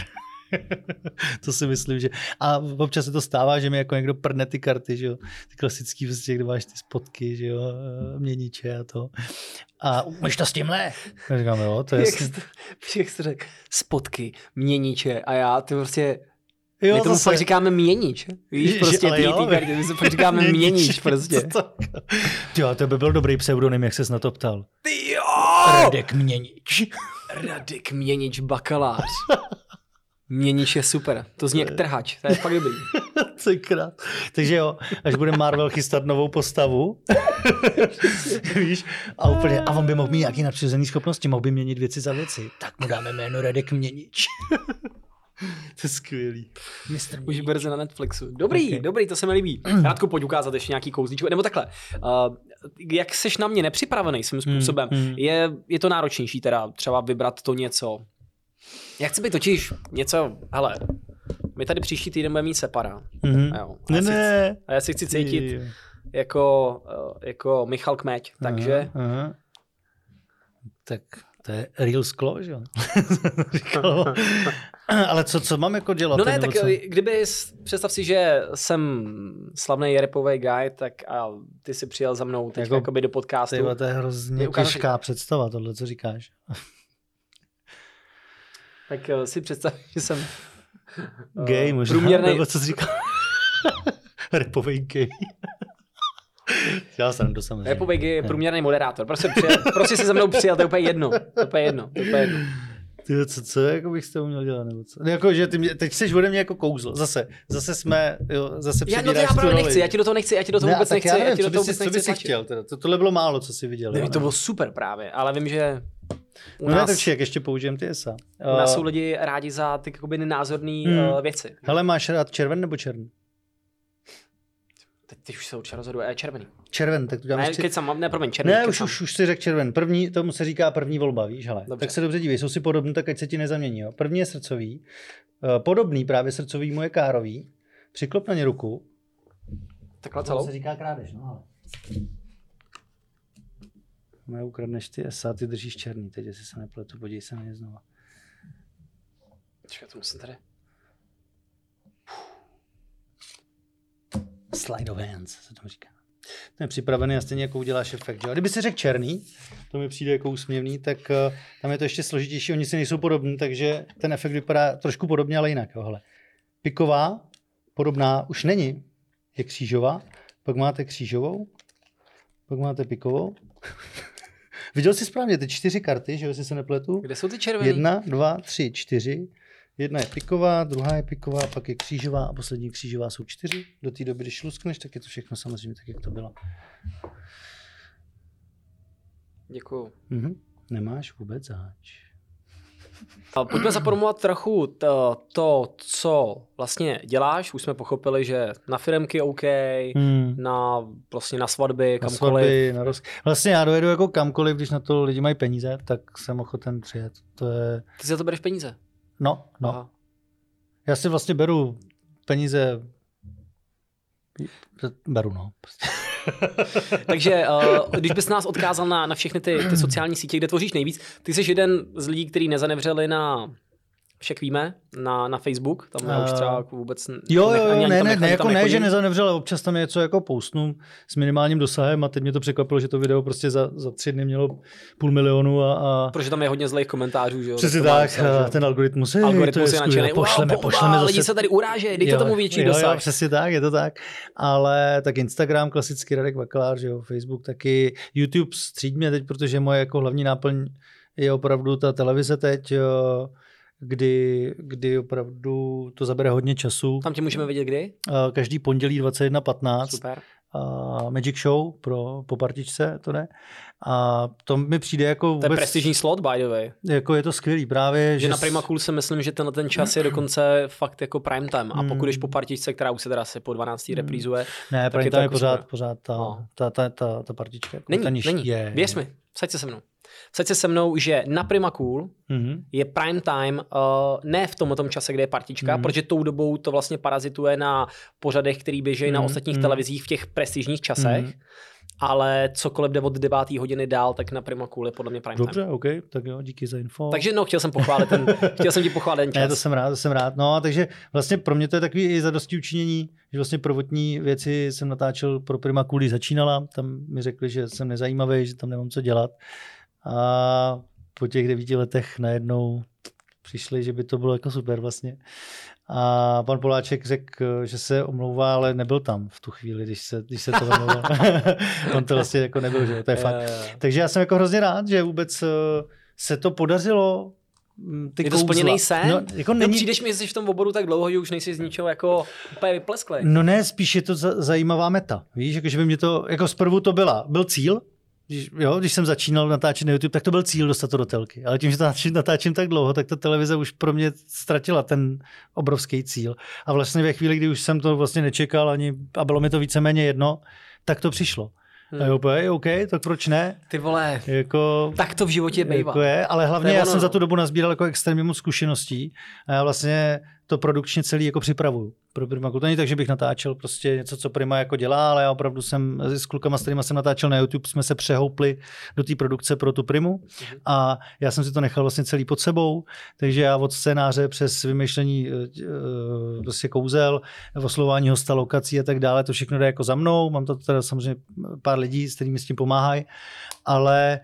To si myslím, že... A občas se to stává, že mi jako někdo prdne ty karty, že jo. Ty klasický prostě, kde máš ty spotky, že jo, měniče a to. A máš to s tímhle? A říkám, jo, to je jasný. Jak jsi řekl, spotky, měniče a já ty prostě... Jo, my tomu zase... fakt říkáme měnič. Víš, Že, prostě ty, jo, ty karty, my se fakt říkáme měnič, měnič prostě. Jo, to by byl dobrý pseudonym, jak ses na to ptal. Ty jo! Radek Měnič. Radek Měnič bakalář. Měnič je super, to zní jak trhač, to je fakt dobrý. Cekrát. Takže jo, až bude Marvel chystat novou postavu, víš, a úplně, a on by mohl mít nějaký nadpřirozený schopnosti, mohl by měnit věci za věci, tak mu dáme jméno Radek Měnič. To je skvělý. Už brzy na Netflixu. Dobrý, okay. dobrý, to se mi líbí. Rádku, pojď ukázat ještě nějaký kouzlíčko. Nebo takhle, uh, jak seš na mě nepřipravený svým způsobem, mm, mm. Je, je to náročnější teda třeba vybrat to něco. Já chci být totiž něco, hele, my tady příští týden budeme mít separa. Mm. A jo, ne, a, ne. Chci, a já si chci cítit jako, uh, jako Michal Kmeď, takže... Aha, aha. Tak to je real sklo, že jo? Ale co, co mám jako dělat? No ne, tak co? Kdyby, představ si, že jsem slavný rapový guy, tak a ty si přijel za mnou teď jako, do podcastu. Tyba, to je hrozně těžká představa, tohle, co říkáš. Tak uh, si představ, že jsem uh, gay možná, průměrnej... nebo co jsi říkal? Rapový gay. Já jsem to samozřejmě. Rapový gay je průměrný moderátor. Prostě, přijel, prostě si za mnou přijel, to je úplně jedno. To je úplně jedno. To je úplně jedno. Ty, co, co jako bych s tebou měl dělat, nebo co? Jako, že ty mě, teď chceš ode mě jako kouzlo, zase, zase jsme, jo, zase já, no to já právě nechci, já ti do toho nechci, já ti do toho ne, vůbec nechci, já, nevím, já ti do toho vůbec co nechci. Co bys chtěl, teda? To, tohle bylo málo, co jsi viděl. Ne, to bylo super právě, ale vím, že u no nás, ne, tak jak ještě použijem ty esa. U nás jsou lidi rádi za ty jakoby nenázorný hmm. uh, věci. Hele, máš rád červen nebo černý? Teď, teď už se určitě rozhoduje, červený. Červen, tak to děláme. Ne, čtyři... kecam, ne, promiň, červený. Ne, už, už, už si řekl červen. První, tomu se říká první volba, víš, hele. Dobře. Tak se dobře dívej, jsou si podobný, tak ať se ti nezamění. Jo. První je srdcový, podobný právě srdcovýmu je kárový. Přiklop na ně ruku. Takhle celou? To se říká krádež, no ale. Moje ukradneš ty esa, ty držíš černý, teď jestli se nepletu, podívej se na ně znova. Čekaj, to musím tady. Slide of hands se tomu říká. Ten je připravený a stejně jako uděláš efekt. Jo? Kdyby si řekl černý, to mi přijde jako úsměvný, tak uh, tam je to ještě složitější, oni si nejsou podobní, takže ten efekt vypadá trošku podobně, ale jinak. Jo? Hele. Piková, podobná, už není, je křížová, pak máte křížovou, pak máte pikovou. Viděl jsi správně ty čtyři karty, že jestli se nepletu? Kde jsou ty červený? Jedna, dva, tři, čtyři. Jedna je piková, druhá je piková, pak je křížová a poslední křížová jsou čtyři. Do té doby, když luskneš, tak je to všechno samozřejmě tak, jak to bylo. Děkuju. Mhm. Nemáš vůbec zač. Pojďme zapromovat trochu to, to, co vlastně děláš. Už jsme pochopili, že na firemky OK, hmm. na, vlastně na svatby, na kamkoliv. Svatby, na roz... Vlastně já dojedu jako kamkoliv, když na to lidi mají peníze, tak jsem ochoten přijet. To je... Ty si za to bereš peníze? No, no. Aha. Já si vlastně beru peníze, beru no. Takže uh, když bys nás odkázal na, na všechny ty, ty sociální sítě, kde tvoříš nejvíc, ty jsi jeden z lidí, kteří nezanevřeli na však víme, na, na Facebook, tam já už třeba vůbec jo, jo, jo, ne, ne, ne, jako ne, že nezanevřel, ale občas tam něco jako postnu s minimálním dosahem a teď mě to překvapilo, že to video prostě za, za tři dny mělo půl milionu a... a... Protože tam je hodně zlých komentářů, že jo? Přesně tak, psal, ten algoritmus, je, algoritmus je nadšený, pošleme, wow, pošleme zase... lidi se tady urážejí, dejte jo, tomu větší jo, dosah. Jo, přesně tak, je to tak, ale tak Instagram, klasický Radek Bakalář, že jo, Facebook taky, YouTube stříď mě teď, protože moje jako hlavní náplň je opravdu ta televize teď, jo, Kdy, kdy opravdu to zabere hodně času. Tam tě můžeme vidět kdy? Každý pondělí dvacet jedna patnáct. Super. Uh, Magic Show pro, po partičce, to ne. A to mi přijde jako vůbec... To je prestižní slot, by the way. Jako je to skvělý právě. Že, že na Prima Cool si myslím, že tenhle ten čas je dokonce fakt jako prime time. A pokud jdeš po partičce, která už se teda asi po dvanácti reprízuje... Ne, prime time je pořád, pořád ta, no. ta, ta, ta, ta partička. Není, ta niž, není. Je, Věř mi, saď se se mnou. Saď se se mnou, že na Prima Cool mm-hmm. je prime time uh, ne v tomhle čase, kde je partička, mm-hmm. protože tou dobou to vlastně parazituje na pořadech, který běžejí mm-hmm. na ostatních mm-hmm. televizích v těch prestižních časech. Mm-hmm. ale cokoliv jde od deváté hodiny dál, tak na Prima Cool je podle mě prime time. Dobře, OK, tak jo, díky za info. Takže no, chtěl jsem pochválit ten, chtěl jsem ti pochválit ten čas. Ne, to jsem rád, to jsem rád. No, takže vlastně pro mě to je takový i zadosti učinění, že vlastně prvotní věci jsem natáčel pro Prima Cool, když začínala, tam mi řekli, že jsem nezajímavý, že tam nemám co dělat. A po těch devíti letech najednou přišli, že by to bylo jako super vlastně. A pan Poláček řekl, že se omlouvá, ale nebyl tam v tu chvíli, když se, když se to omlouval. On to vlastně jako nebyl, že to je fakt. Takže já jsem jako hrozně rád, že vůbec se to podařilo. Ty je to splněný sen? No, jako není... no, přijdeš mi, že jsi v tom oboru tak dlouho, že už nejsi z ničeho jako úplně vyplesklej. No ne, spíš je to zajímavá meta. Víš, jako, že by mě to, jako zprvu to byla, byl cíl. Když, jo, když jsem začínal natáčet na YouTube, tak to byl cíl dostat to do telky. Ale tím, že to natáčím tak dlouho, tak ta televize už pro mě ztratila ten obrovský cíl. A vlastně ve chvíli, kdy už jsem to vlastně nečekal ani, a bylo mi to víceméně jedno, tak to přišlo. Hmm. A jo, OK, tak proč ne? Ty vole, jako, tak to v životě bývá. Jako je, ale hlavně já ono, jsem za tu dobu nazbíral jako extrémně moc zkušeností a já vlastně to produkčně celý jako připravuju pro Prima Cool. To není tak, že bych natáčel prostě něco, co Prima jako dělá, ale já opravdu jsem s klukama, s kterýma jsem natáčel na YouTube, jsme se přehoupli do té produkce pro tu Primu a já jsem si to nechal vlastně celý pod sebou, takže já od scénáře přes vymýšlení prostě kouzel, oslovování hosta, lokací a tak dále, to všechno jde jako za mnou, mám to teda samozřejmě pár lidí, s kterými s tím pomáhají, ale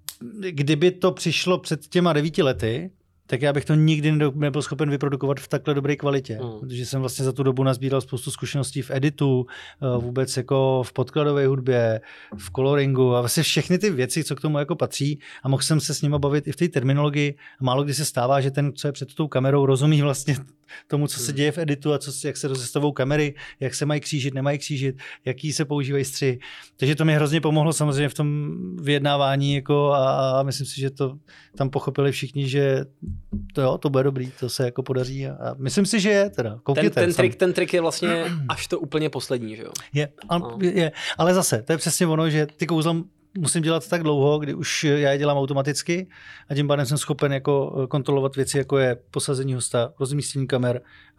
kdyby to přišlo před těma devíti lety, tak já bych to nikdy nebyl schopen vyprodukovat v takhle dobré kvalitě. Mm. Protože jsem vlastně za tu dobu nazbíral spoustu zkušeností v editu, vůbec jako v podkladové hudbě, v coloringu a vlastně všechny ty věci, co k tomu jako patří a mohl jsem se s nimi bavit i v té terminologii. Málo kdy se stává, že ten, co je před tou kamerou, rozumí vlastně tomu, co se děje v editu a co, jak se rozestavou kamery, jak se mají křížit, nemají křížit, jaký se používají střihy. Takže to mi hrozně pomohlo samozřejmě v tom vyjednávání jako a, a myslím si, že to tam pochopili všichni, že to jo, to bude dobrý, to se jako podaří a, a myslím si, že je teda. Koukněte, ten, ten, trik, ten trik je vlastně až to úplně poslední, že jo? Je, a, no. je, ale zase, to je přesně ono, že ty kouzla musím dělat tak dlouho, kdy už já je dělám automaticky a tím pádem jsem schopen jako kontrolovat věci, jako je posazení hosta, rozmístění kamer,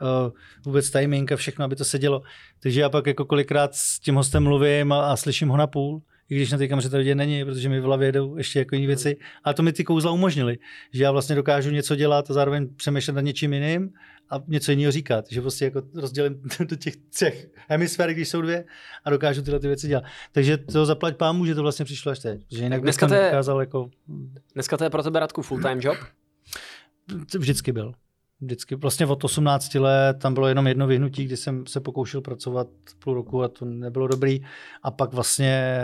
vůbec timing a všechno, aby to sedělo. Takže já pak jako kolikrát s tím hostem mluvím a, a slyším ho na půl, i když na té kameře to vidět není, protože mi v hlavě jedou ještě jako jiné věci. Ale to mi ty kouzla umožnily, že já vlastně dokážu něco dělat a zároveň přemýšlet nad něčím jiným a něco jiného říkat. Že prostě jako rozdělím do těch třech hemisfér, když jsou dvě a dokážu tyhle ty věci dělat. Takže to zaplať pámu, že to vlastně přišlo až teď. Že jinak bych to nedokázal jako... Dneska to je pro tebe, Radku, full-time job? Vždycky byl. Vždycky. Vlastně od osmnácti let tam bylo jenom jedno vyhnutí, kdy jsem se pokoušel pracovat půl roku a to nebylo dobrý. A pak vlastně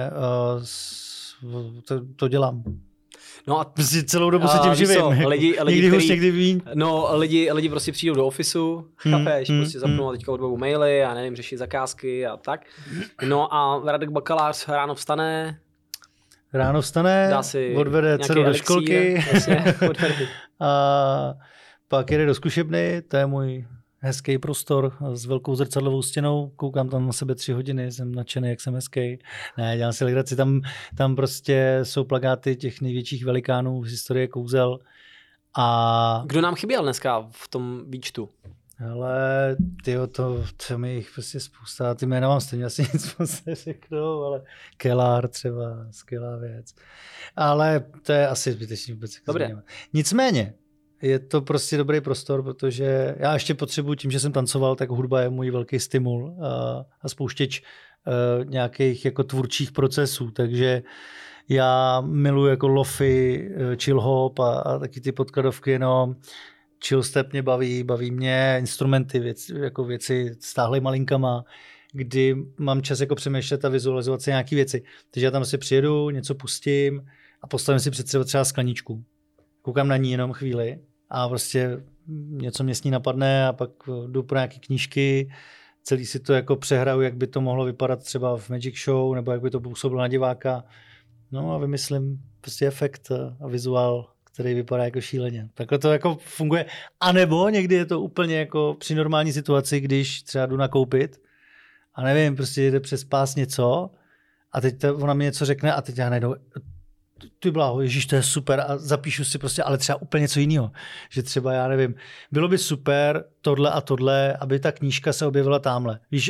uh, to, to dělám. No a prostě celou dobu se tím živím. Co, lidi, lidi, někdy který, někdy vín. No, lidi, lidi prostě přijdou do ofisu, hmm, chápeš, hmm, prostě zapnou hmm. teďka odbovu maily a nevím, řešit zakázky a tak. No a Radek Bakalář ráno vstane, Ráno vstane, odvede dceru do školky jasně, odvede. A pak jede do zkušebny, to je můj hezký prostor s velkou zrcadlovou stěnou, koukám tam na sebe tři hodiny, jsem nadšený, jak jsem hezký. Ne, dělám si legraci, tam, tam prostě jsou plakáty těch největších velikánů v historii kouzel. A... Kdo nám chyběl dneska v tom výčtu? Ale tyjo, to, to mi jich prostě spousta, ty jména mám stejně asi nic moc neřeknou, ale Kelár třeba, skvělá věc. Ale to je asi zbytečný vůbec. Dobré. Nicméně, je to prostě dobrý prostor, protože já ještě potřebuji tím, že jsem tancoval, tak hudba je můj velký stimul a, a spouštěč uh, nějakých jako tvůrčích procesů, takže já miluji jako lofi, chill hop a, a taky ty podkladovky, no, chill step mě baví, baví mě instrumenty, věc, jako věci s táhlejma linkama, kdy mám čas jako přemýšlet a vizualizovat si nějaké věci. Takže já tam si přijedu, něco pustím a postavím si před sebe třeba skleničku. Koukám na ní jenom chvíli a prostě něco mě s ní napadne a pak jdu pro nějaké knížky, celý si to jako přehraju, jak by to mohlo vypadat třeba v Magic Show, nebo jak by to působilo na diváka. No a vymyslím prostě efekt a vizuál, který vypadá jako šíleně. Takhle to jako funguje. A nebo někdy je to úplně jako při normální situaci, když třeba jdu nakoupit a nevím, prostě jde přes pás něco a teď to, ona mi něco řekne a teď já najdou ty bláho, ježíš, to je super a zapíšu si prostě, ale třeba úplně něco jiného. Že třeba, já nevím, bylo by super tohle a tohle, aby ta knížka se objevila támhle. Víš,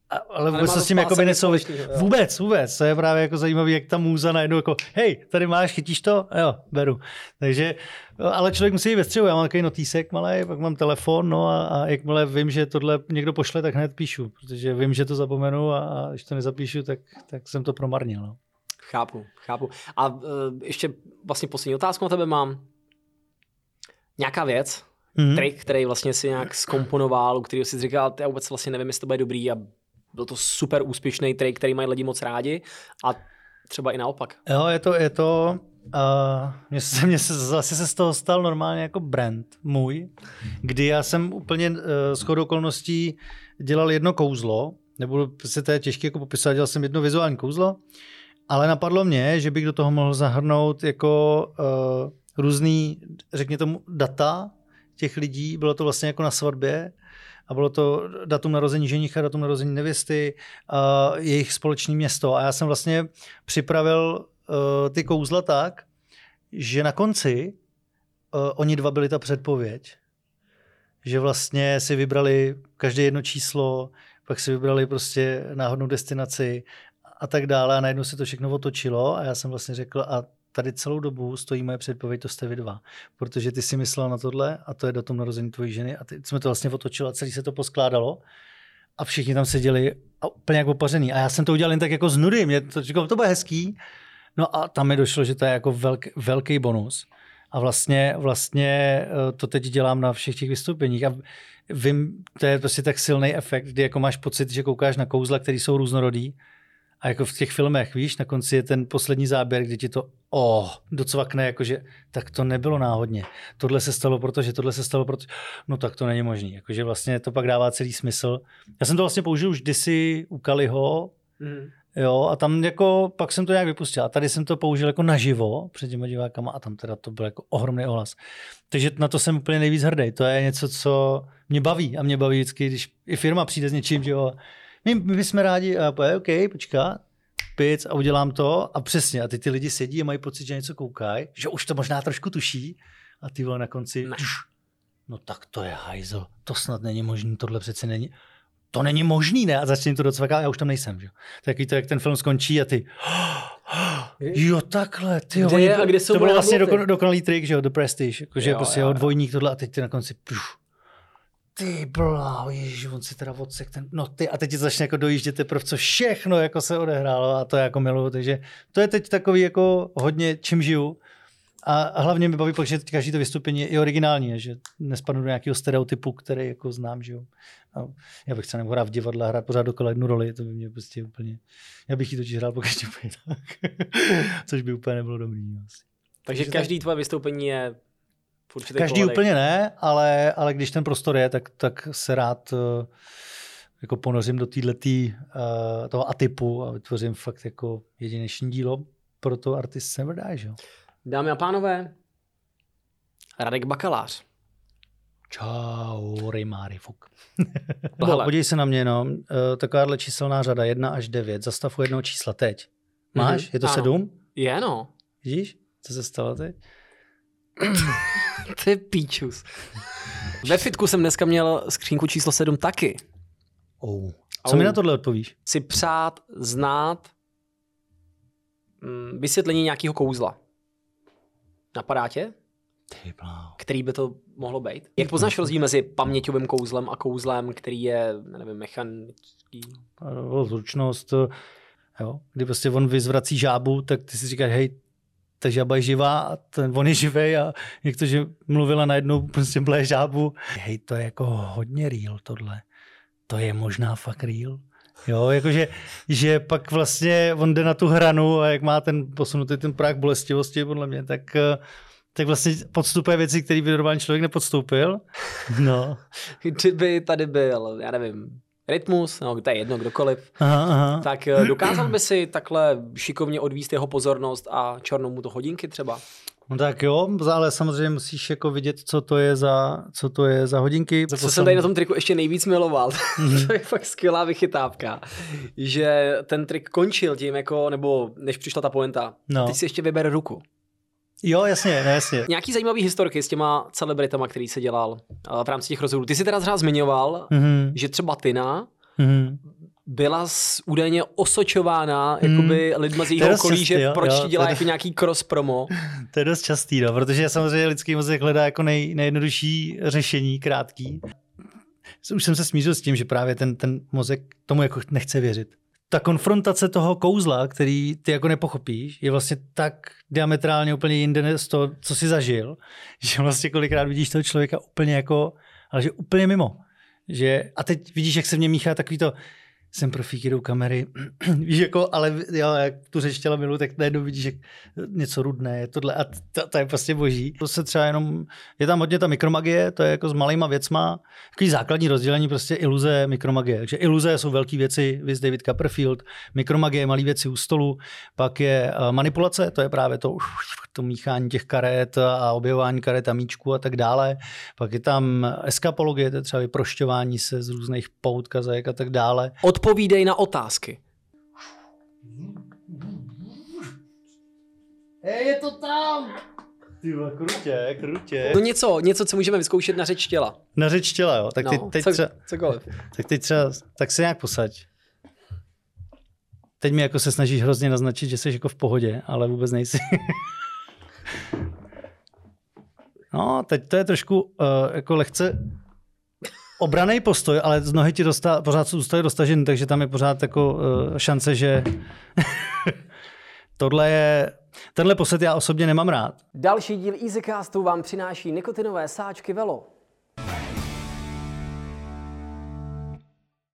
ale vůbec se s tím jakoby nesouvisí. Vůbec, vůbec. To je právě jako zajímavý, jak ta můza najednou jako, hej, tady máš, chytíš to? Jo, beru. Takže, ale člověk musí jít ve střihu. Já mám takový notýsek malej, pak mám telefon, no a, a jakmile vím, že tohle někdo pošle, tak hned píšu, protože vím, že to zapomenu a, a když to nezapíšu, tak, tak jsem to promarnil. No. Chápu, chápu. A uh, ještě vlastně poslední otázku na tebe mám. Nějaká věc, mm-hmm. trik, který vlastně si nějak zkomponoval, u kterého si říkal, já vůbec vlastně nevím, jestli to bude dobrý a byl to super úspěšný trik, který mají lidi moc rádi a třeba i naopak. Jo, je to, je to, uh, mně se, mně se zase se z toho stal normálně jako brand můj, kdy já jsem úplně uh, shodou okolností dělal jedno kouzlo, nebudu si to je těžké jako popisovat, dělal jsem jedno vizuální kouzlo, ale napadlo mě, že bych do toho mohl zahrnout jako uh, různý, řekněme tomu, data těch lidí, bylo to vlastně jako na svatbě, a bylo to datum narození ženicha, datum narození nevěsty, uh, jejich společné město. A já jsem vlastně připravil uh, ty kouzla tak, že na konci uh, oni dva byli ta předpověď. Že vlastně si vybrali každé jedno číslo, pak si vybrali prostě náhodnou destinaci a tak dále. A najednou se to všechno otočilo a já jsem vlastně řekl, a tady celou dobu stojí moje předpověď, to jste vy dva. Protože ty si myslel na tohle a to je datum narození tvojí ženy a teď jsme to vlastně otočili a celý se to poskládalo a všichni tam seděli a úplně jak opařený. A já jsem to udělal jen tak jako z nudy. Mě to, říkal, to bude hezký. No a tam mi došlo, že to je jako velký, velký bonus. A vlastně, vlastně to teď dělám na všech těch vystoupeních. A vím, to je prostě tak silný efekt, kdy jako máš pocit, že koukáš na kouzla, které jsou různorodý. A jako v těch filmech, víš, na konci je ten poslední záběr, kdy ti to oh, docvakne, jakože tak to nebylo náhodně. Tohle se stalo, protože tohle se stalo, protože no tak to není možný. Jakože vlastně to pak dává celý smysl. Já jsem to vlastně použil už kdysi u Kaliho, mm. jo, a tam jako pak jsem to nějak vypustil. A tady jsem to použil jako naživo před těma divákama a tam teda to byl jako ohromný ohlas. Takže na to jsem úplně nejvíc hrdý. To je něco, co mě baví a mě baví vždycky, když i firma přijde s něčím, že jo, My, my bychom rádi, a já OK, počká, pic a udělám to a přesně. A teď ty lidi sedí a mají pocit, že něco koukají, že už to možná trošku tuší a ty vole na konci, ne. No tak to je hajzl, to snad není možný, tohle přece není, to není možný, ne? A začne to docvakat a já už tam nejsem, že? Taky to, jak ten film skončí a ty, jo takhle, ty kde je, a kde to byl vlastně dokon, dokonalý trik, že jo, The Prestige, jakože prostě jo, dvojník tohle a teď ty na konci, pš, ty bláho, ježiš, on si teda odsek ten, no ty, a teď ti začne jako dojíždět teprve, co všechno jako se odehrálo a to je jako miluju, takže to je teď takový jako hodně, čím žiju a hlavně mi baví, protože každý to vystoupení je i originální, že nespadnu do nějakého stereotypu, který jako znám, že jo. A já bych třeba nemohl hrát v divadle a hrát pořád dokola jednu roli, to by mě prostě úplně, já bych ji totiž hrál pokaždé úplně tak, což by úplně nebylo dobrý. Asi. Takže, takže každý tak... tvoje vystoupení je Každý pohledek. Úplně ne, ale, ale když ten prostor je, tak, tak se rád uh, jako ponořím do téhletý, uh, toho atypu a vytvořím fakt jako jedinečné dílo, proto artist never die, že jo. Dámy a pánové, Radek Bakalář. Čau, Rejmáry, fuk. Podívej se na mě, no. Uh, takováhle číselná řada, jedna až devět, zastav u jednoho čísla teď. Máš? Mm-hmm. Je to ano. sedm? Je, no. Vidíš, co se stalo teď? To je píčus. Ve fitku jsem dneska měl skřínku číslo sedm taky. Oh. Co oh. mi na tohle odpovíš? Si přát, znát mm, vysvětlení nějakého kouzla. Napadá tě? Ty bláho. Který by to mohlo být? Jak poznáš rozdíl mezi paměťovým kouzlem a kouzlem, který je, nevím, mechanický? Zručnost, jo. Kdy prostě on vyzvrací žábu, tak ty si říkáš, hej, ta žaba je živá a ten, on je živej a jak to, že mluvila najednou prostě blé žábu. Hej, to je jako hodně real tohle. To je možná fakt real. Jo, jakože, že pak vlastně on jde na tu hranu a jak má ten posunutý ten práh bolestivosti podle mě, tak, tak vlastně podstupuje věci, které by normální člověk nepodstoupil. No. Kdyby tady byl, já nevím, Rytmus, no to je jedno, kdokoliv, aha, aha. tak dokázal by si takhle šikovně odvíst jeho pozornost a černou mu to hodinky třeba? No tak jo, ale samozřejmě musíš jako vidět, co to je za, co to je za hodinky. Co jsem sam... tady na tom triku ještě nejvíc miloval, mm-hmm. To je fakt skvělá vychytávka, že ten trik končil tím jako, nebo než přišla ta pointa, no. Teď si ještě vyber ruku. Jo, jasně, no jasně. Nějaký zajímavý historky s těma celebritama, který se dělal v rámci těch rozhovorů. Ty si teda třeba zmiňoval, mm-hmm. že třeba Tina mm-hmm. byla údajně osočována hmm. jakoby lidma z jejího okolí, že jo, proč jo, dělá to, jako nějaký cross promo. To je dost častý, no, protože samozřejmě lidský mozek hledá jako nej, nejjednodušší řešení, krátký. Už jsem se smířil s tím, že právě ten, ten mozek tomu jako nechce věřit. Ta konfrontace toho kouzla, který ty jako nepochopíš, je vlastně tak diametrálně úplně jinde z toho, co jsi zažil, že vlastně kolikrát vidíš toho člověka úplně jako, ale že úplně mimo. Že, a teď vidíš, jak se v něm míchá takový to, jsem profík, jdou kamery, víš, jako, ale jo, jak tu řeč těla milu, tak najednou vidíš, že něco rudné, je tohle a to, to je prostě boží. To se třeba jenom, je tam hodně ta mikromagie, to je jako s malýma věcma, takový základní rozdělení, prostě iluze, mikromagie. Takže iluze jsou velké věci, viz David Copperfield, mikromagie, malé věci u stolu, pak je manipulace, to je právě to, to míchání těch karet a objevování karet a míčků a tak dále. Pak je tam eskapologie, to je třeba vyprošťování se z různých pout, kazajek a tak dále. Odpovídej na otázky. Hej, je to tam! Tyva, krutě, krutě. No něco, něco, co můžeme vyzkoušet na řeč těla. Na řeč těla, jo. Tak, ty, no, teď co, třeba, cokoliv. Tak teď třeba, tak se nějak posaď. Teď mi jako se snažíš hrozně naznačit, že jsi jako v pohodě, ale vůbec nejsi. No, teď to je trošku uh, jako lehce obranej postoj, ale z nohy ti dostá, pořád zůstaje dostažený, takže tam je pořád jako uh, šance, že tohle je, tenhle posled já osobně nemám rád. Další díl EasyCastu vám přináší nikotinové sáčky Velo.